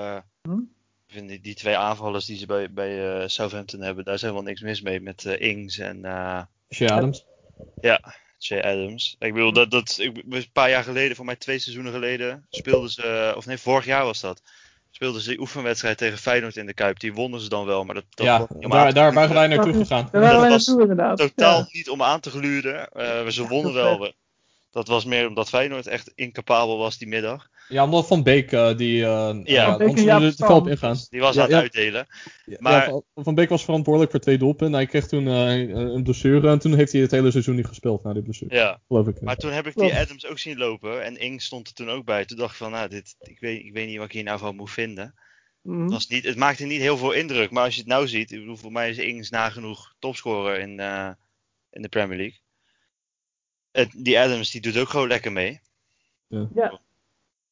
Ik vind die twee aanvallers die ze bij Southampton hebben, daar is helemaal niks mis mee met Ings en Shea Adams. Ja, Shea Adams. Ik bedoel, een paar jaar geleden, voor mij 2 seizoenen geleden, speelden ze, of nee, vorig jaar was dat. Speelden ze die oefenwedstrijd tegen Feyenoord in de Kuip. Die wonnen ze dan wel, maar daar waren wij naartoe gegaan. Dat was totaal niet om aan te gluren. Ze wonnen wel. Dat was meer omdat Feyenoord echt incapabel was die middag. Ja, omdat Van Beek ons het veld ingaan. Die was aan het uitdelen. Maar Van Beek was verantwoordelijk voor 2 doelpunten. Hij kreeg toen een blessure en toen heeft hij het hele seizoen niet gespeeld na die blessure. Ja, geloof ik. Maar toen heb ik die Adams ook zien lopen en Ings stond er toen ook bij. Toen dacht ik van, ik weet niet wat ik hier nou van moet vinden. Mm-hmm. Het maakte niet heel veel indruk, maar als je het nou ziet, ik bedoel, voor mij is Ings nagenoeg topscorer in de Premier League. Die Adams die doet ook gewoon lekker mee. Ja.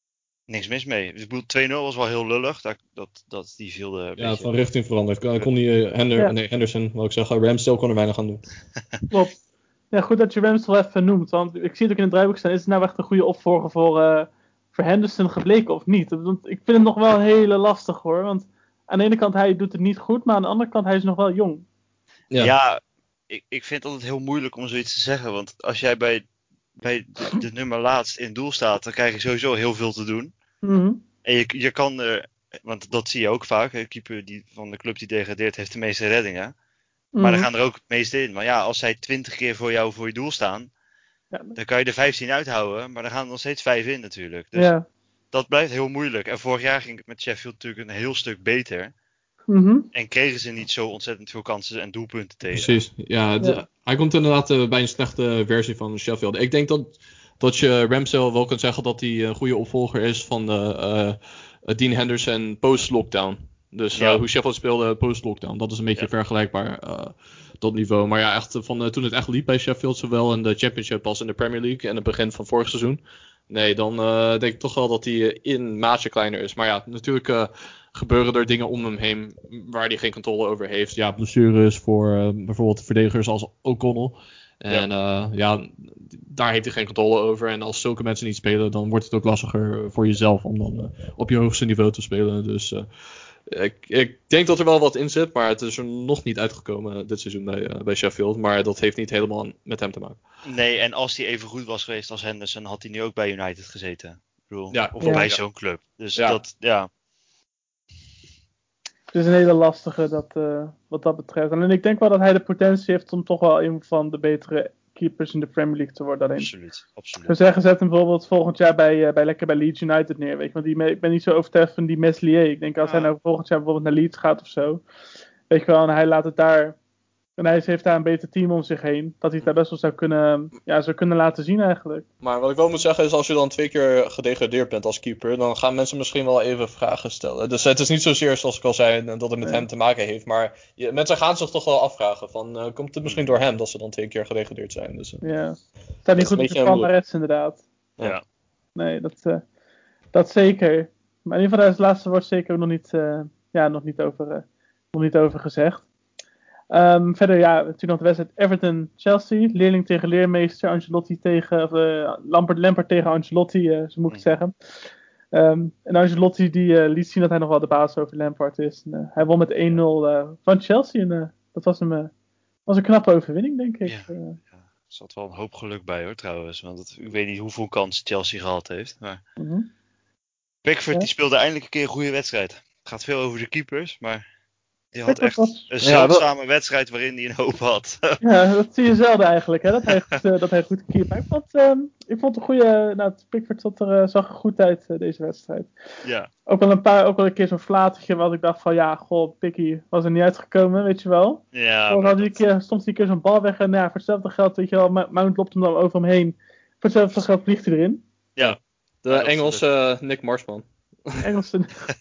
niks mis mee. Ik bedoel, 2-0 was wel heel lullig. Dat die viel een Ja, beetje... van richting veranderd. Kon die Henderson, wou ik zeggen, Ramsdale kon er weinig aan doen. Klopt. Ja, goed dat je Ramsdale even noemt. Want ik zie het ook in het draaiboek staan. Is het nou echt een goede opvolger voor Henderson gebleken of niet? Want ik vind het nog wel heel lastig hoor. Want aan de ene kant hij doet het niet goed. Maar aan de andere kant hij is nog wel jong. Ja, ik vind het altijd heel moeilijk om zoiets te zeggen. Want als jij bij de nummer laatst in doel staat, dan krijg je sowieso heel veel te doen. Mhm. En je kan, want dat zie je ook vaak. De keeper van de club die degradeert heeft de meeste reddingen. Maar er gaan er ook het meeste in. Maar ja, als zij 20 keer voor je doel staan, Ja. dan kan je er 15 uithouden. Maar dan gaan er nog steeds 5 in natuurlijk. Dus dat blijft heel moeilijk. En vorig jaar ging het met Sheffield natuurlijk een heel stuk beter. Mhm. En kregen ze niet zo ontzettend veel kansen en doelpunten tegen. Precies, ja. Hij komt inderdaad bij een slechte versie van Sheffield. Ik denk dat je Ramsdale wel kunt zeggen dat hij een goede opvolger is van Dean Henderson post-lockdown. Dus hoe Sheffield speelde post-lockdown. Dat is een beetje vergelijkbaar, dat niveau. Maar ja, echt van toen het echt liep bij Sheffield, zowel in de Championship als in de Premier League en het begin van vorig seizoen. Nee, dan denk ik toch wel dat hij in maatje kleiner is. Maar ja, natuurlijk gebeuren er dingen om hem heen waar hij geen controle over heeft. Ja, blessures voor bijvoorbeeld verdedigers als O'Connell. En daar heeft hij geen controle over. En als zulke mensen niet spelen, dan wordt het ook lastiger voor jezelf om dan op je hoogste niveau te spelen. Dus ik denk dat er wel wat in zit, maar het is er nog niet uitgekomen dit seizoen bij Sheffield. Maar dat heeft niet helemaal met hem te maken. Nee, en als hij even goed was geweest als Henderson, had hij nu ook bij United gezeten. Ik bedoel, of Ja. bij zo'n club. Dus dat. Het is een hele lastige wat dat betreft. En ik denk wel dat hij de potentie heeft om toch wel een van de betere keepers in de Premier League te worden. Absoluut. Ik zou zeggen, zet hem bijvoorbeeld volgend jaar lekker bij Leeds United neer. Weet je? Want ik ben niet zo overtuigd van die Meslier. Ik denk als hij nou volgend jaar bijvoorbeeld naar Leeds gaat of zo. Weet je wel, en hij laat het daar. En hij heeft daar een beter team om zich heen. Dat hij het daar best wel zou kunnen laten zien eigenlijk. Maar wat ik wel moet zeggen is, als je dan 2 keer gedegradeerd bent als keeper, dan gaan mensen misschien wel even vragen stellen. Dus het is niet zozeer, zoals ik al zei, dat het met hem te maken heeft. Maar mensen gaan zich toch wel afvragen van, komt het misschien door hem dat ze dan 2 keer gedegradeerd zijn? Dus, het staat niet goed op de palmarès inderdaad. Ja. Nee, dat zeker. Maar in ieder geval, het laatste wordt zeker nog niet over gezegd. Verder, natuurlijk nog de wedstrijd Everton-Chelsea. Leerling tegen leermeester. Ancelotti tegen... Lampard tegen Ancelotti, zo moet ik het zeggen. En Ancelotti die liet zien dat hij nog wel de baas over Lampard is. En, hij won met 1-0 van Chelsea. En dat was een knappe overwinning, denk ik. Er zat wel een hoop geluk bij hoor, trouwens. Want ik weet niet hoeveel kansen Chelsea gehad heeft. Maar Pickford die speelde eindelijk een keer een goede wedstrijd. Het gaat veel over de keepers, maar... Die had echt een zeldzame wedstrijd waarin hij een hoop had. Ja, dat zie je zelden eigenlijk, hè? Dat hij goed keept. Maar ik vond een goede... Pickford zag er goed uit deze wedstrijd. Ja. Ook wel een keer zo'n flatertje wat ik dacht van... Picky was er niet uitgekomen, weet je wel. Ja, stond die keer zo'n bal weg en voor hetzelfde geld, weet je wel, Mount loopt hem dan over hem heen. Voor hetzelfde geld vliegt hij erin. Ja. De Engelse Nick Marsman. Engelse...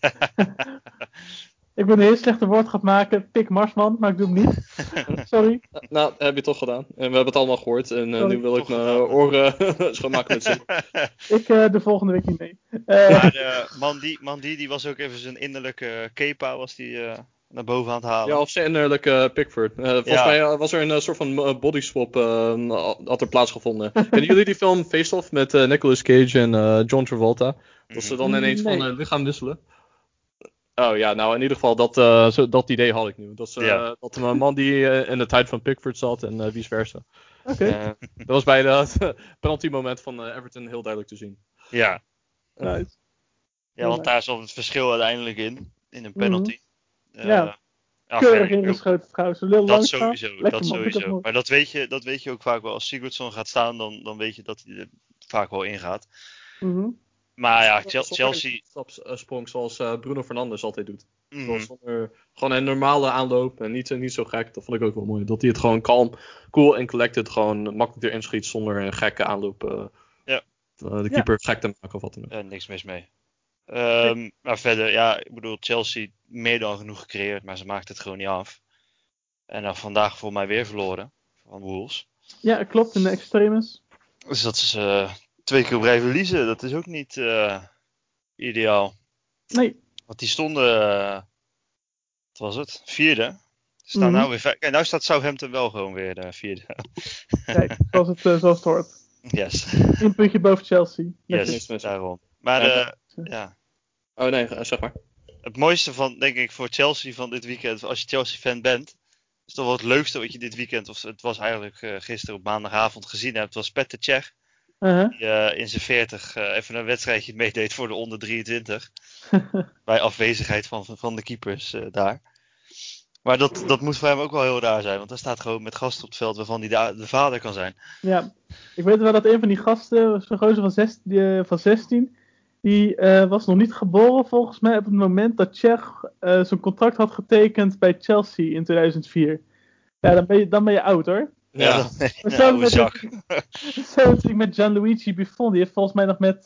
Ik wil een heel slechte woordgrap maken. Pik Marsman, maar ik doe hem niet. Sorry. Nou, heb je toch gedaan. En we hebben het allemaal gehoord. En nu wil ik mijn oren schoonmaken met zin. Ik de volgende week niet mee. Maar Mandy die was ook even zijn innerlijke Kepa was die naar boven aan het halen. Ja, of zijn innerlijke Pickford. Volgens mij was er een soort van body swap had er plaatsgevonden. Kennen jullie die film Face Off met Nicolas Cage en John Travolta? Dat ze dan ineens van lichaam wisselen. Oh ja, nou in ieder geval, dat idee had ik nu. Dat een man die in de tijd van Pickford zat en vice versa. Oké. Dat was bij het penalty moment van Everton heel duidelijk te zien. Ja. Nice. Ja, want daar zat het verschil uiteindelijk in een penalty. Keurig ingeschoten trouwens. Dat sowieso. Maar dat weet je ook vaak wel. Als Sigurdsson gaat staan, dan weet je dat hij er vaak wel ingaat. Maar ja, Chelsea... Sprong zoals Bruno Fernandes altijd doet. Gewoon een normale aanloop en niet zo gek. Dat vond ik ook wel mooi. Dat hij het gewoon kalm, cool en collected gewoon makkelijk erin schiet zonder een gekke aanloop. De keeper gek te maken of wat dan ook. Niks mis mee. Maar verder, ik bedoel, Chelsea meer dan genoeg gecreëerd, maar ze maakt het gewoon niet af. En dan vandaag voor mij weer verloren van Wolves. Ja, klopt, in de extremis. Dus dat is 2 keer op rij verliezen, dat is ook niet ideaal. Nee. Want die stonden, wat was het? 4e. Staan Mhm. nou weer en nou staat Southampton wel gewoon weer 4e. Kijk, zoals het hoort. Yes. 1 puntje boven Chelsea. Yes, Niks mis. daarom. Maar ja. Oh nee, zeg maar. Het mooiste van, denk ik, voor Chelsea van dit weekend, als je Chelsea-fan bent, is toch wel het leukste wat je dit weekend, of het was eigenlijk gisteren op maandagavond gezien hebt, was Petr Cech. Uh-huh. Die in zijn 40 even een wedstrijdje meedeed voor de onder 23. Bij afwezigheid van de keepers daar. Maar dat moet voor hem ook wel heel raar zijn, want hij staat gewoon met gasten op het veld waarvan hij de vader kan zijn. Ja, ik weet wel dat een van die gasten, zo'n gozer van 16, die was nog niet geboren volgens mij op het moment dat Cech zijn contract had getekend bij Chelsea in 2004. Ja, dan ben je oud hoor. Ja. Dat is Maar een zo oude met- zak. Zo natuurlijk met Gianluigi Buffon, die heeft volgens mij nog met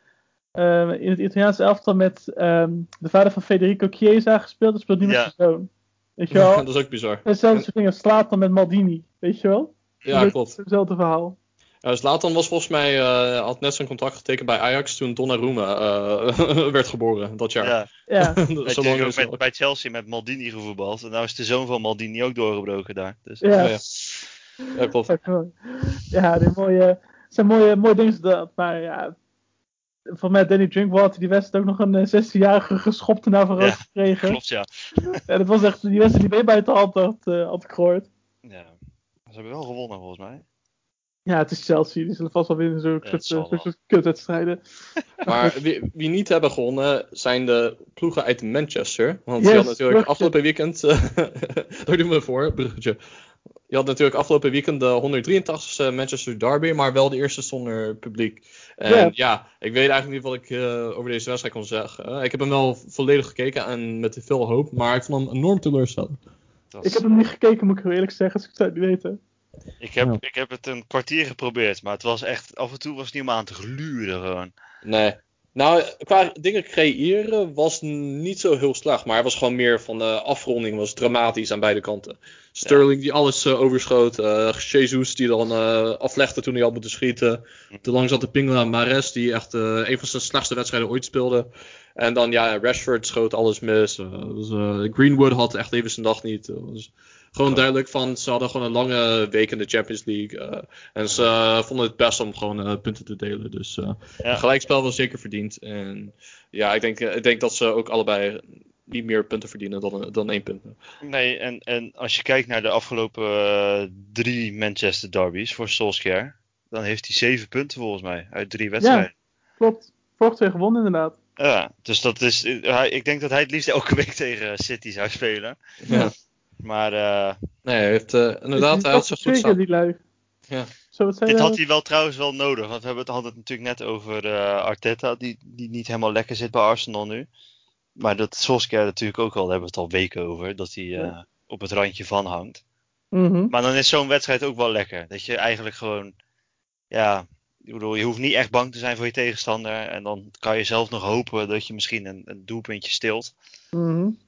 in het Italiaanse elftal met de vader van Federico Chiesa gespeeld. Dat speelt nu met Ja. zijn zoon. Weet je wel? Dat is ook bizar. Hetzelfde soort dingen slaat dan met Maldini, weet je wel? Ja, klopt. Hetzelfde verhaal. Zlatan was volgens mij, had net zijn contract getekend bij Ajax toen Donnarumma werd geboren dat jaar. Ja. Ja. Zo Hij lang heeft is natuurlijk het ook al. bij Chelsea met Maldini gevoetbald. En nou is de zoon van Maldini ook doorgebroken daar. Dus. Ja. Ja. Ja, klopt. Ja, die zijn mooie dingen dat. Maar ja, voor mij Danny Drinkwater, die wedstrijd ook nog een 16-jarige geschopte naar vooruit gekregen. Klopt, ja. Ja, dat was echt die wedstrijd die mee buiten de hand had ik gehoord. Ja. Ze hebben wel gewonnen volgens mij. Ja, het is Chelsea, die zullen vast wel winnen zo'n Ja, het zal wel. soort kutwedstrijden. Maar wie niet hebben gewonnen zijn de ploegen uit Manchester. Want Yes, je had natuurlijk bruggetje. afgelopen weekend... Daar doen we voor, bruggetje. Je had natuurlijk afgelopen weekend de 183ste Manchester Derby, maar wel de eerste zonder publiek. En ja, ik weet eigenlijk niet wat ik over deze wedstrijd kon zeggen. Ik heb hem wel volledig gekeken en met veel hoop, maar ik vond hem enorm teleurstellend. Ik heb hem niet gekeken, moet ik heel eerlijk zeggen, dus ik zou het niet weten. Ik heb het een kwartier geprobeerd, maar het was echt, af en toe was het niet om aan te gluren gewoon. Nee. Nou, qua dingen creëren was niet zo heel slecht. Maar het was gewoon meer van de afronding was dramatisch aan beide kanten. Sterling die alles overschoot. Jesus die dan aflegde toen hij had moeten schieten. Te lang zat te pingelen aan Mahrez die echt een van zijn slechtste wedstrijden ooit speelde. En dan ja, Rashford schoot alles mis. Greenwood had echt even zijn dag niet. Dus gewoon duidelijk van, ze hadden gewoon een lange week in de Champions League. En ze vonden het best om gewoon punten te delen. Dus een gelijkspel was zeker verdiend. En ja, ik denk dat ze ook allebei niet meer punten verdienen dan 1 punt. Nee, en als je kijkt naar de afgelopen 3 Manchester derbies voor Solskjaer, dan heeft hij 7 punten volgens mij uit 3 wedstrijden. Ja, klopt. Vorige 2 gewonnen inderdaad. Ja, dus dat is, ik denk dat hij het liefst elke week tegen City zou spelen. Ja. Maar nee, hij heeft inderdaad, hij had zo goed staan. Die lui. Ja. Dit had hij wel trouwens wel nodig, want we hadden het natuurlijk net over Arteta, die niet helemaal lekker zit bij Arsenal nu. Maar dat Solskjaer natuurlijk ook al, daar hebben we het al weken over, dat hij op het randje van hangt. Mm-hmm. Maar dan is zo'n wedstrijd ook wel lekker. Dat je eigenlijk gewoon, ja, ik bedoel, je hoeft niet echt bang te zijn voor je tegenstander. En dan kan je zelf nog hopen dat je misschien een doelpuntje stilt. Mm-hmm.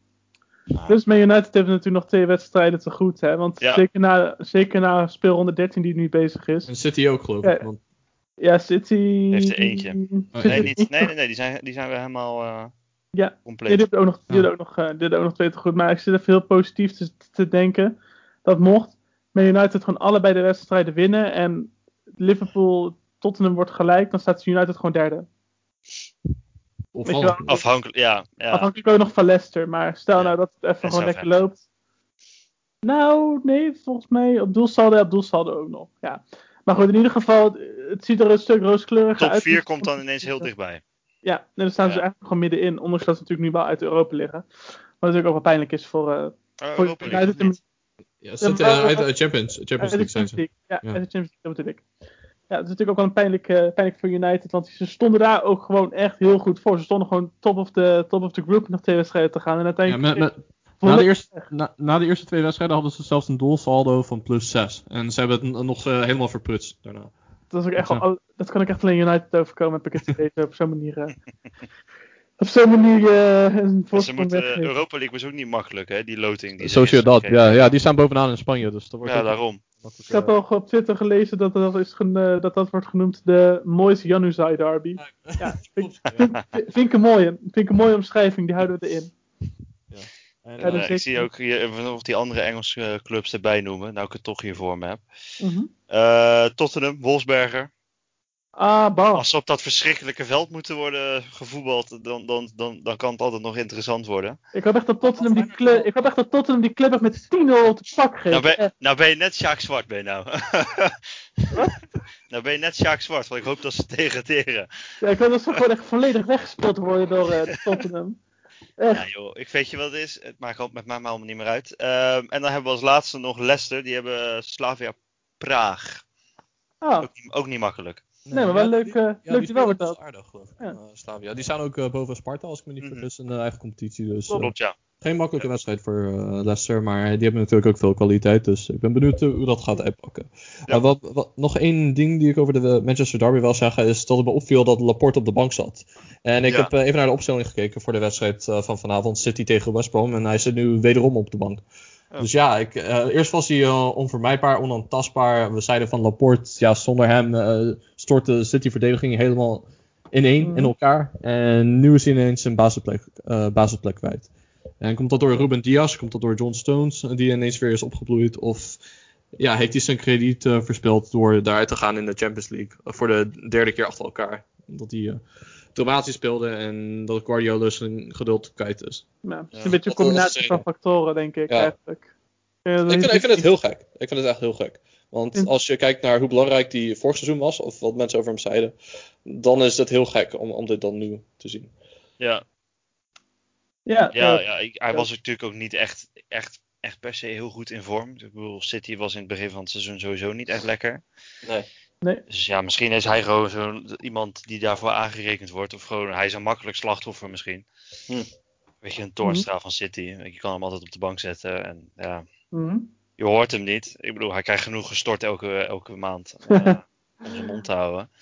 Dus Man United heeft natuurlijk nog 2 wedstrijden te goed, hè? Want zeker na speelronde 13 die nu bezig is. En City ook geloof ik. Want... Ja, City... Heeft er eentje. Nee, die zijn we helemaal compleet. Nee, die hebben ook nog 2 te goed. Maar ik zit even heel positief te denken. Dat mocht Man United gewoon allebei de wedstrijden winnen. En Liverpool, Tottenham wordt gelijk. Dan staat United gewoon derde. Afhankelijk ook nog van Leicester. Maar stel nou dat het even gewoon lekker loopt. Nou, nee, volgens mij op doelsaldo ook nog. Ja. Maar goed, in ieder geval, het ziet er een stuk rooskleuriger uit. Top 4 komt dan ineens heel dichtbij. Ja, en dan staan ze eigenlijk gewoon middenin. Ondanks dat ze natuurlijk nu wel uit Europa liggen. Wat natuurlijk ook wel pijnlijk is voor Europa League. Ja, ze zitten uit de Champions League zijn ze. Ja, uit de Champions League, dat bedoel ik. Ja, het is natuurlijk ook wel een pijnlijk voor United. Want ze stonden daar ook gewoon echt heel goed voor. Ze stonden gewoon top of the group nog 2 wedstrijden te gaan. En uiteindelijk... Na de eerste 2 wedstrijden hadden ze zelfs een doelsaldo van +6. En ze hebben het nog helemaal verprutst daarna. Dat kan ik echt alleen United overkomen, heb ik het idee op zo'n manier. op zo'n manier een En ze voorsprong moeten, weggeven. Europa League was ook niet makkelijk, hè? Die loting. Die ze Sociedad, gisteren kregen. ja, die staan bovenaan in Spanje, dus dat wordt Ja, ook daarom. Ik had al op Twitter gelezen dat wordt genoemd de Moyes Januzaj derby. Ja, vind ik een mooie omschrijving, die houden we erin. En, Ja, dus Ik zie ook hier even nog die andere Engelse clubs erbij noemen. Nou ik het toch hier voor me heb. Tottenham, Wolfsberger. Bas. Als ze op dat verschrikkelijke veld moeten worden gevoetbald, dan kan het altijd nog interessant worden. Ik hoop echt dat Tottenham die club echt met 10-0 te pak geeft. Nou ben je net Sjaak Zwart, ben je nou. Wat? Nou ben je net Sjaak Zwart, want ik hoop dat ze degraderen. Ja, ik hoop dat ze gewoon echt volledig weggespeeld worden door de Tottenham. Echt. Ja joh, ik weet je wat het is. Het maakt met mij allemaal niet meer uit. En dan hebben we als laatste nog Leicester. Die hebben Slavia Praag. Ook niet makkelijk. Nee, maar wel leuk die wel wordt dat. Aardig, geloof ik. Slavia. Die staan ook boven Sparta, als ik me niet vergis, in de eigen competitie. Dus, Klopt, ja. Geen makkelijke wedstrijd voor Leicester, maar die hebben natuurlijk ook veel kwaliteit. Dus ik ben benieuwd hoe dat gaat uitpakken. Ja. Nog één ding die ik over de Manchester Derby wil zeggen, is dat het me opviel dat Laporte op de bank zat. En ik heb even naar de opstelling gekeken voor de wedstrijd van vanavond, City tegen West Brom. En hij zit nu wederom op de bank. Oh. Dus ja, eerst was hij onvermijdbaar, onaantastbaar. We zeiden van Laporte, ja, zonder hem stort de City-verdediging helemaal in elkaar. En nu is hij ineens zijn basisplek kwijt. En komt dat door Ruben Dias, komt dat door John Stones, die ineens weer is opgebloeid? Of ja, heeft hij zijn krediet verspild door daaruit te gaan in de Champions League? Voor de derde keer achter elkaar. Omdat hij dramatisch speelde en dat Guardiola zijn geduld kwijt is. Ja, het is een beetje een combinatie van factoren, denk ik, eigenlijk. Ik vind het heel gek. Ik vind het echt heel gek. Want als je kijkt naar hoe belangrijk die vorig seizoen was, of wat mensen over hem zeiden, dan is het heel gek om dit dan nu te zien. Ja. Hij was natuurlijk ook niet echt per se heel goed in vorm. Ik bedoel, City was in het begin van het seizoen sowieso niet echt lekker. Nee. Dus ja, misschien is hij gewoon zo iemand die daarvoor aangerekend wordt. Of gewoon, hij is een makkelijk slachtoffer misschien. Weet je, een Toornstra van City. Je kan hem altijd op de bank zetten. En ja, je hoort hem niet. Ik bedoel, hij krijgt genoeg gestort elke maand om zijn mond te houden.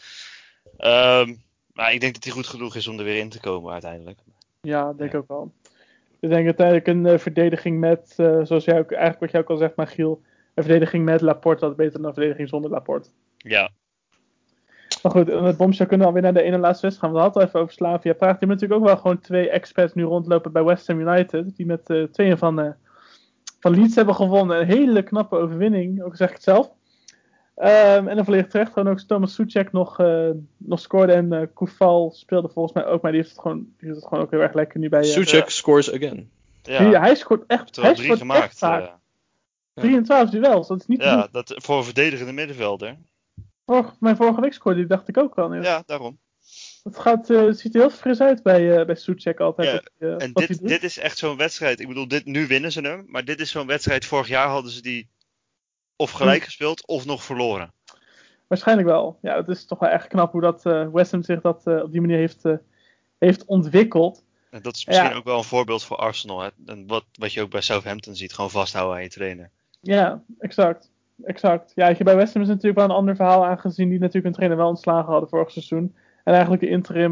Maar ik denk dat hij goed genoeg is om er weer in te komen uiteindelijk. Ja, denk ik ook wel. Ik denk uiteindelijk een verdediging met, zoals jij ook, eigenlijk wat jij ook al zegt, Giel, een verdediging met Laporte was beter dan een verdediging zonder Laporte. Ja. Maar goed, met Bombshell kunnen we alweer naar de ene laatste wedstrijd gaan. We hadden het al even over Slavia Praag. Die hebben natuurlijk ook wel gewoon 2 experts nu rondlopen bij West Ham United. Die met 2 van Leeds hebben gewonnen. Een hele knappe overwinning, ook zeg ik het zelf. En dan volledig terecht, gewoon ook Thomas Soucek nog scoorde en Koufal speelde volgens mij ook, maar die heeft het gewoon ook heel erg lekker nu bij... Soucek scores again. Ja. Hij scoort echt, hij scoort gemaakt, echt vaak. 3 en 12 duels, dat is niet te doen. Dat voor een verdedigende middenvelder. Mijn vorige week scoorde die, dacht ik ook al. Ja, daarom. Het ziet er heel fris uit bij Soucek altijd. Ja, en dit is echt zo'n wedstrijd. Ik bedoel, nu winnen ze hem, maar dit is zo'n wedstrijd. Vorig jaar hadden ze die of gelijk gespeeld of nog verloren. Waarschijnlijk wel. Ja, het is toch wel echt knap hoe dat West Ham zich dat op die manier heeft ontwikkeld. En dat is misschien ook wel een voorbeeld voor Arsenal. Hè? En wat je ook bij Southampton ziet, gewoon vasthouden aan je trainer. Ja, exact. Ja, bij West Ham is natuurlijk wel een ander verhaal, aangezien die natuurlijk een trainer wel ontslagen hadden vorig seizoen. En eigenlijk de interim,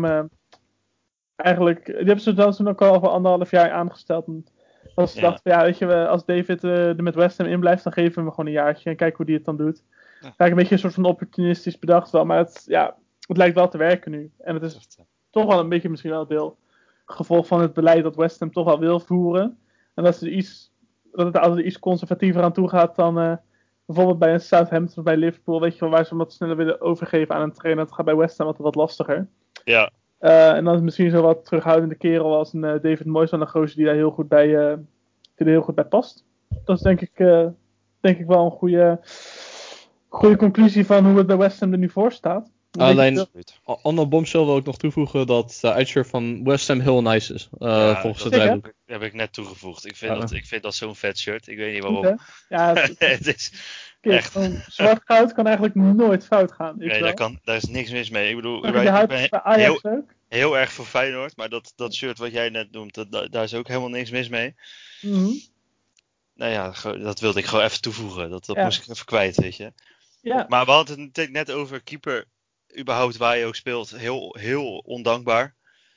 die hebben ze dan toen ook al voor 1,5 jaar aangesteld. Als ze dachten, weet je, als David er met West Ham in blijft, dan geven we hem gewoon een jaartje en kijken hoe die het dan doet. Kijk, een beetje een soort van opportunistisch bedacht wel, maar het lijkt wel te werken nu. En het is toch wel een beetje misschien wel deel gevolg van het beleid dat West Ham toch wel wil voeren. En dat het er altijd iets conservatiever aan toe gaat dan bijvoorbeeld bij een Southampton of bij Liverpool, weet je wel, waar ze wat sneller willen overgeven aan een trainer. Dat gaat bij West Ham altijd wat lastiger. Ja. En dan is misschien zo wat terughoudende kerel als een David Moyes van een gozer die daar heel goed bij past. Dat is denk ik wel een goede conclusie van hoe het bij West Ham er nu voor staat. Alleen, Anne Bombshell wil ik nog toevoegen dat de uitshirt van West Ham heel nice is. Volgens het draaiboek. Dat heb ik net toegevoegd. Ik vind dat zo'n vet shirt. Ik weet niet waarom. Het is echt. Zwart-goud kan eigenlijk nooit fout gaan. Nee, daar is niks mis mee. Ik bedoel, ik ben heel erg voor Feyenoord, maar dat shirt wat jij net noemt, daar is ook helemaal niks mis mee. Nou ja, dat wilde ik gewoon even toevoegen. Dat moest ik even kwijt, weet je. Ja. Maar we hadden het natuurlijk net over keeper, überhaupt waar je ook speelt, heel, heel ondankbaar. Ja.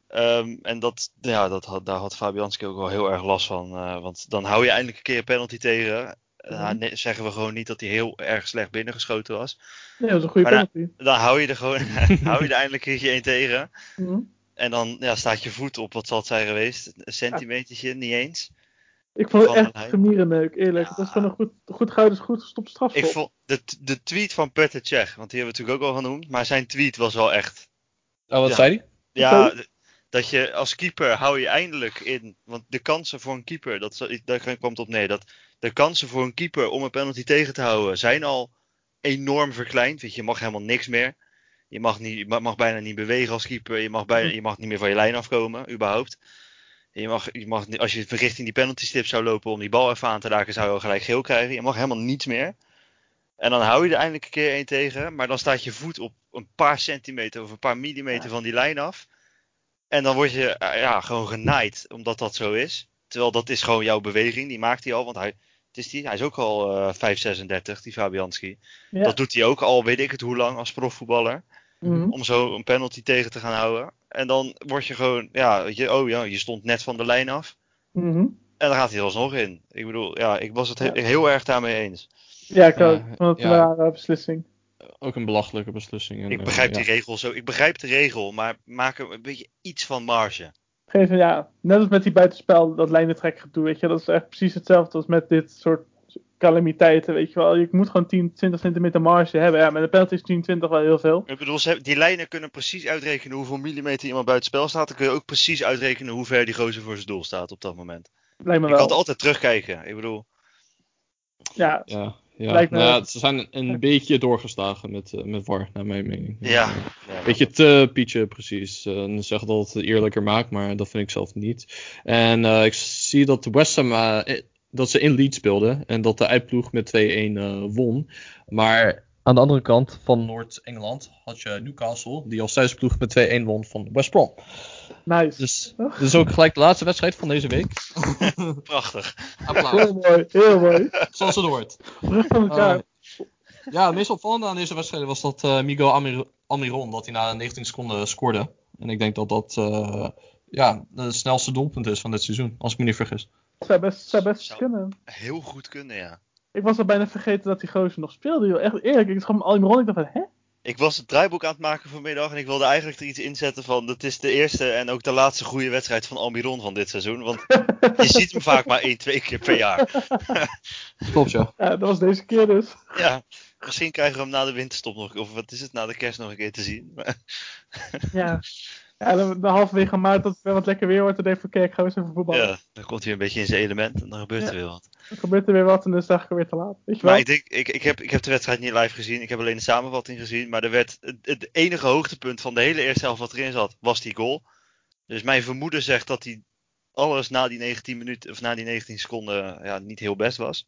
En daar had Fabianski ook wel heel erg last van. Want dan hou je eindelijk een keer een penalty tegen. Zeggen we gewoon niet dat hij heel erg slecht binnengeschoten was. Nee, dat is een goede Maar penalty. Dan hou je er gewoon hou je er eindelijk een keertje één tegen. Mhm. En dan staat je voet op, wat zal het zijn geweest? Een centimetertje, niet eens. Ik vond het Van de echt lijn. gemierenneuk, eerlijk. Ja. Het was gewoon een goed gouden, goed gestopt strafschop. Ik vond de tweet van Petr Cech, want die hebben we natuurlijk ook al genoemd. Maar zijn tweet was wel echt... Oh, wat Ja. zei hij? Ja, dat je als keeper hou je eindelijk in. Want de kansen voor een keeper, daar kwam het op neer. Dat de kansen voor een keeper om een penalty tegen te houden zijn al enorm verkleind. Weet je mag helemaal niks meer. Je mag bijna niet bewegen als keeper. Je mag niet meer van je lijn afkomen, überhaupt. Je mag, als je richting die penalty stip zou lopen om die bal even aan te raken, zou je al gelijk geel krijgen. Je mag helemaal niets meer. En dan hou je er eindelijk een keer één tegen. Maar dan staat je voet op een paar centimeter of een paar millimeter van die lijn af. En dan word je gewoon genaaid, omdat dat zo is. Terwijl dat is gewoon jouw beweging, die maakt hij al. Want hij is ook al 5,36, die Fabianski. Ja. Dat doet hij ook al, weet ik het hoe lang, als profvoetballer. Mhm. Om zo een penalty tegen te gaan houden. En dan word je gewoon, je stond net van de lijn af. Mhm. En dan gaat hij er alsnog in. Ik bedoel, ik was het heel erg daarmee eens. Ja, ik ook. Ja, Ik vond het een ja. rare beslissing. Ook een belachelijke beslissing. En, Ik begrijp die ja. regel zo. Ik begrijp de regel, maar maak er een beetje iets van marge. Net als met die buitenspel, dat lijnentrekken gedoe, weet je. Dat is echt precies hetzelfde als met dit soort calamiteiten, weet je wel. Je moet gewoon 10, 20 centimeter marge hebben. Ja, met een penalty is 10, 20 wel heel veel. Ik bedoel, die lijnen kunnen precies uitrekenen hoeveel millimeter iemand buiten spel staat. Dan kun je ook precies uitrekenen hoe ver die gozer voor zijn doel staat op dat moment. Lijkt me Je kan wel. het altijd terugkijken. Ik bedoel, Ja, Ja, lijkt me- nou ja, ze zijn een beetje doorgeslagen met VAR, naar mijn mening. ja. Beetje te Pietje, precies. En zeggen dat het eerlijker maakt, maar dat vind ik zelf niet. En ik zie dat West Ham dat ze in Leeds speelden en dat de uitploeg met 2-1 won. Maar aan de andere kant van Noord-Engeland had je Newcastle, die als thuisploeg met 2-1 won van West Brom. nice. Dus dit is ook gelijk de laatste wedstrijd van deze week. Prachtig. Applaus. Heel mooi, heel mooi. Zoals het hoort. Brug van het jaar. Ja, het meest opvallende aan deze wedstrijd was dat Miguel Almiron, dat hij na 19 seconden scoorde. En ik denk dat dat de snelste doelpunt is van dit seizoen, als ik me niet vergis. Zou best Zou- kunnen. Heel goed kunnen, ja. Ik was al bijna vergeten dat die gozer nog speelde, joh. Echt eerlijk, ik zag hem al in mijn rond. Ik dacht van, hè? Ik was het draaiboek aan het maken vanmiddag en ik wilde eigenlijk er iets inzetten van... Dat is de eerste en ook de laatste goede wedstrijd van Almiron van dit seizoen. Want je ziet hem vaak maar 1-2 keer per jaar. Klopt, ja. Ja, dat was deze keer dus. Ja, misschien krijgen we hem na de winterstop nog... Of wat is het, na de kerst nog een keer te zien. Ja. Ja, dan halverwege maart dat het weer wat lekker weer wordt. En denk ik van, kijk, ga eens even voetballen. Ja, dan komt hij een beetje in zijn element en dan gebeurt er weer wat. Dan gebeurt er weer wat en dan is het eigenlijk weer te laat. Weet je wel? Maar ik heb de wedstrijd niet live gezien. Ik heb alleen de samenvatting gezien. Maar het enige hoogtepunt van de hele eerste helft wat erin zat, was die goal. Dus mijn vermoeden zegt dat hij alles na die 19 minuten of na die 19 seconden niet heel best was.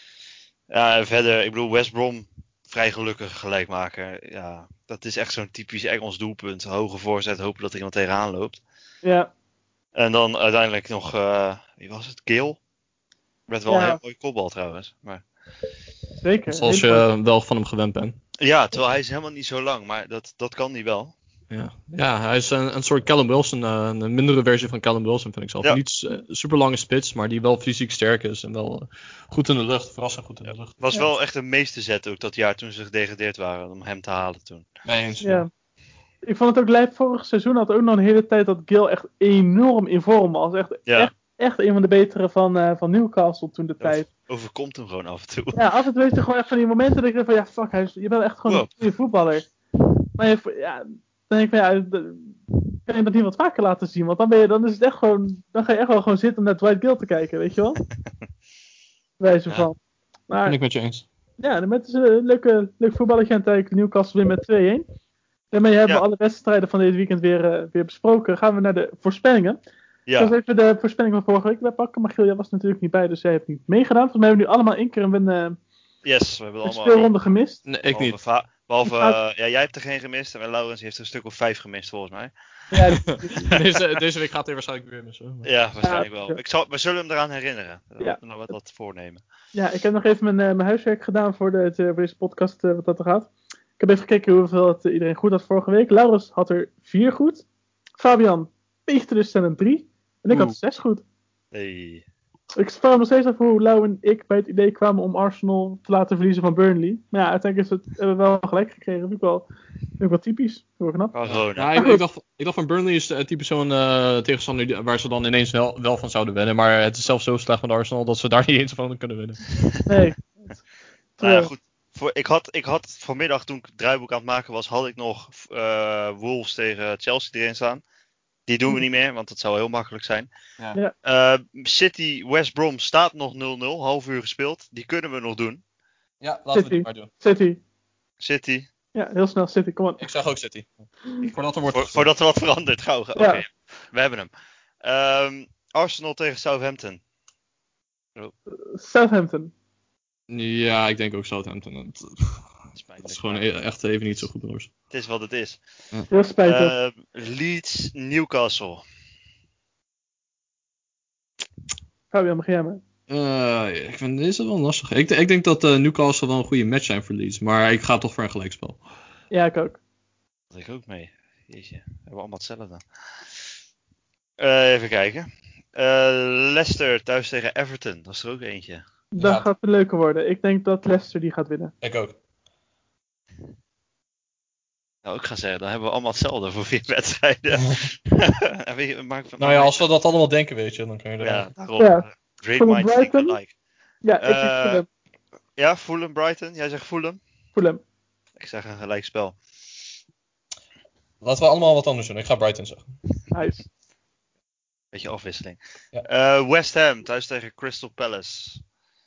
Ja, en verder, ik bedoel, West Brom vrij gelukkig gelijkmaker. Ja, dat is echt zo'n typisch Engels doelpunt. Hoge voorzet, hopen dat er iemand tegenaan loopt. Ja, En dan uiteindelijk nog, wie was het? Gale? Werd wel een heel mooie kopbal trouwens. Maar... zeker. Zoals Heel mooi. je wel van hem gewend bent. Ja, terwijl hij is helemaal niet zo lang, maar dat kan hij wel. Ja, hij is een soort Callum Wilson, een mindere versie van Callum Wilson vind ik zelf. Ja. Niet super lange spits, maar die wel fysiek sterk is en wel goed in de lucht, verrassend goed in de lucht. Was wel echt een meesterzet ook dat jaar toen ze gedegradeerd waren om hem te halen toen. Nee eens. Ja. Ik vond het ook lijp. Vorig seizoen had ook nog een hele tijd dat Gil echt enorm in vorm was. Echt een van de betere van Newcastle toen de tijd. Overkomt hem gewoon af en toe. Ja, af en toe weet je gewoon echt van die momenten dat ik denk van, ja, fuck, je bent echt gewoon een goede voetballer. Maar dan denk ik van, kan je dat niet wat vaker laten zien? Want dan is het echt gewoon, dan ga je echt wel gewoon zitten om naar Dwight Gill te kijken, weet je wel? Wijze van. Ben Maar ik met je eens. ja, met een leuk voetballetje aan het kijken. Newcastle win met 2-1. Daarmee hebben we alle wedstrijden van dit weekend weer besproken. Gaan we naar de voorspellingen. Ik zal eens even de voorspelling van vorige week bij pakken. Maar Giel, jij was natuurlijk niet bij, dus jij hebt niet meegedaan. Volgens mij hebben we nu allemaal één keer Yes, we hebben een allemaal... speelronde gemist. Nee, ik niet. Behalve, jij hebt er geen gemist en Laurens heeft er een stuk of 5 gemist volgens mij. Ja, Deze week gaat hij waarschijnlijk weer missen. Maar... Ja, waarschijnlijk Ja, wel. We zullen hem eraan herinneren. Ja. We nog wat voornemen. ja, ik heb nog even mijn huiswerk gedaan voor deze podcast, wat dat er gaat. Ik heb even gekeken hoeveel iedereen goed had vorige week. Laurens had er 4 goed. Fabian beetje teleurstellend een 3. En ik had 6 goed. Hey. Ik vraag me nog steeds af hoe Lau en ik bij het idee kwamen om Arsenal te laten verliezen van Burnley. Maar ja, uiteindelijk hebben we wel gelijk gekregen. Vind ik wel typisch. Vind ik wel knap. Gewoon, Ja, ik dacht van Burnley is typisch zo'n tegenstander waar ze dan ineens wel van zouden winnen. Maar het is zelfs zo slecht met Arsenal dat ze daar niet eens van kunnen winnen. Nee. Nou ja, goed. Ik had vanmiddag, toen ik het draaiboek aan het maken was, had ik nog Wolves tegen Chelsea erin staan. Die doen we niet meer, want dat zou heel makkelijk zijn. Ja. City, West Brom staat nog 0-0, half uur gespeeld. Die kunnen we nog doen. Ja, laten we die maar doen. City. Ja, heel snel City, kom op. Ik zeg ook City. Voordat er wat verandert, gauw. Ja. Oké, we hebben hem. Arsenal tegen Southampton. Southampton. Ja, ik denk ook Southampton. Het is gewoon echt even niet zo goed broers. Het is wat het is. Heel spijtig. Leeds, Newcastle. Fabian, begin jij maar. Ik vind deze wel lastig. Ik denk dat Newcastle wel een goede match zijn voor Leeds. Maar ik ga toch voor een gelijkspel. Ja, ik ook. Dat ik ook mee. Jeetje, we hebben allemaal hetzelfde. Even kijken. Leicester thuis tegen Everton. Dat is er ook eentje. Dat gaat een leuke worden. Ik denk dat Leicester die gaat winnen. Ik ook. Nou, ik ga zeggen, dan hebben we allemaal hetzelfde voor 4 wedstrijden. Nou ja, als we dat allemaal denken, weet je, dan kun je er... Ja, daarom. Ja. Great Fulham minds think Brighton? alike. Ja, ik zeg Fulham. Ja, Fulham Brighton. Jij zegt Fulham. Fulham. Ik zeg een gelijkspel. Laten we allemaal wat anders doen. Ik ga Brighton zeggen. Nice. Beetje afwisseling. Ja. West Ham thuis tegen Crystal Palace.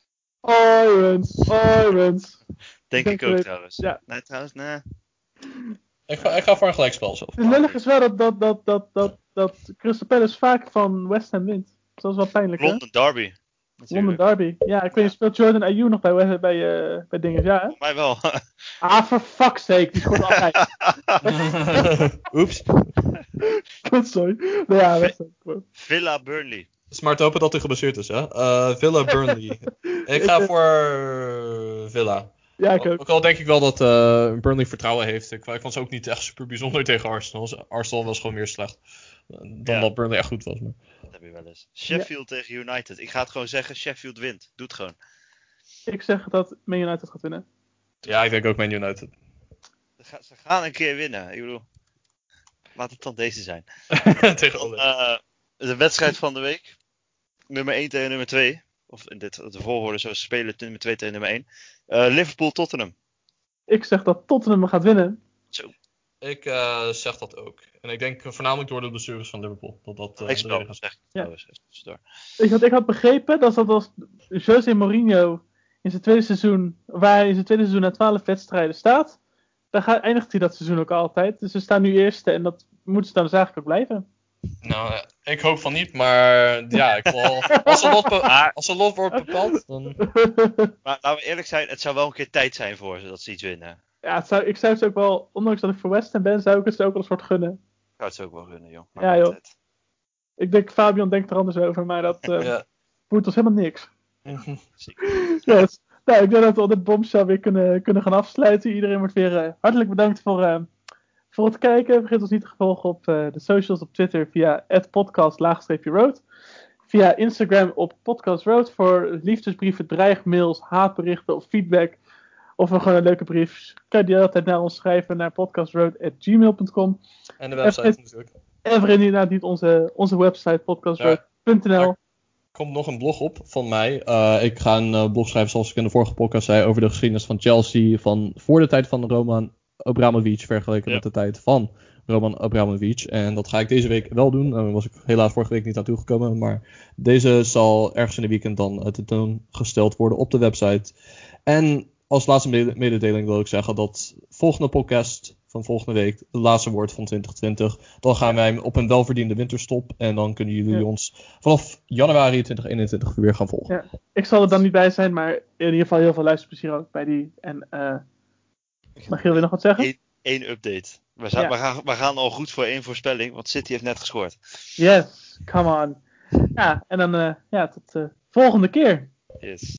Irons. Denk ik ook trouwens. Ja. Nee, trouwens, nee. Ik ga voor een gelijkspel zelf. Het lullig is wel dat Crystal Palace vaak van West Ham wint. Dat is wel pijnlijk, hè? London Derby. London Derby. Ja, ik weet niet, speelt Jordan Ayew nog bij dingen? Ja, hè? Voor mij wel. For fuck's sake, die scoort altijd. Oeps. Sorry. Nou ja, West Ham. Villa Burnley. Het is maar te hopen dat hij geblesseerd is, hè? Villa Burnley. Ik ga voor Villa. Ja, ik ook. Ook al denk ik wel dat Burnley vertrouwen heeft. Ik vond ze ook niet echt super bijzonder tegen Arsenal. Arsenal was gewoon meer slecht dan dat Burnley echt goed was. Maar. Dat heb je wel eens. Sheffield tegen United. Ik ga het gewoon zeggen, Sheffield wint. Doe het gewoon. Ik zeg dat Man United gaat winnen. Ja, ik denk ook Man United. Ze gaan een keer winnen. Ik bedoel, laat het dan deze zijn. Tegen De wedstrijd van de week. Nummer 1 tegen nummer 2. Of in de volgorde zoals ze spelen, nummer 2 tegen nummer 1. Liverpool-Tottenham. Ik zeg dat Tottenham gaat winnen. Zo. Ik zeg dat ook. En ik denk voornamelijk door de blessures van Liverpool. Ik had begrepen dat als José Mourinho in zijn tweede seizoen, waar hij in zijn tweede seizoen na 12 wedstrijden staat, dan eindigt hij dat seizoen ook altijd. Dus ze staan nu eerste en dat moeten ze dan dus eigenlijk ook blijven. Nou, ik hoop van niet, maar ja, ik wil, als een lot wordt bepaald, dan... Maar laten we eerlijk zijn, het zou wel een keer tijd zijn voor ze dat ze iets winnen. Ja, ik zou het ook wel, ondanks dat ik voor West Ham ben, zou ik het ook wel een soort gunnen. Ik zou het ze ook wel gunnen, joh. Ja, joh. Ik denk, Fabian denkt er anders over, maar dat voert ons helemaal niks. Yes. Nou, ik denk dat we al dit bombshell weer kunnen gaan afsluiten. Iedereen wordt weer hartelijk bedankt voor het kijken. Vergeet ons niet te volgen op de socials op Twitter via @podcast_road. Via Instagram op podcastroad voor liefdesbrieven, dreigmails, haatberichten of feedback. Of gewoon een leuke brief. Kan je die altijd naar ons schrijven naar podcastroad@gmail.com. En de website natuurlijk. En vergeet inderdaad niet onze website podcastroad.nl. Komt nog een blog op van mij. Ik ga een blog schrijven zoals ik in de vorige podcast zei over de geschiedenis van Chelsea van voor de tijd van Roman Abramovich vergeleken met de tijd van Roman Abramovich. En dat ga ik deze week wel doen. Daar was ik helaas vorige week niet naartoe gekomen. Maar deze zal ergens in de weekend dan tentoongesteld worden op de website. En als laatste mededeling wil ik zeggen dat volgende podcast van volgende week de laatste wordt van 2020. Dan gaan wij op een welverdiende winterstop. En dan kunnen jullie ons vanaf januari 2021 weer gaan volgen. Ja. Ik zal er dan niet bij zijn, maar in ieder geval heel veel luisterplezier ook bij die. En mag je weer nog wat zeggen? Eén update. We gaan al goed voor 1 voorspelling, want City heeft net gescoord. Yes, come on. Ja, en dan tot de volgende keer. Yes.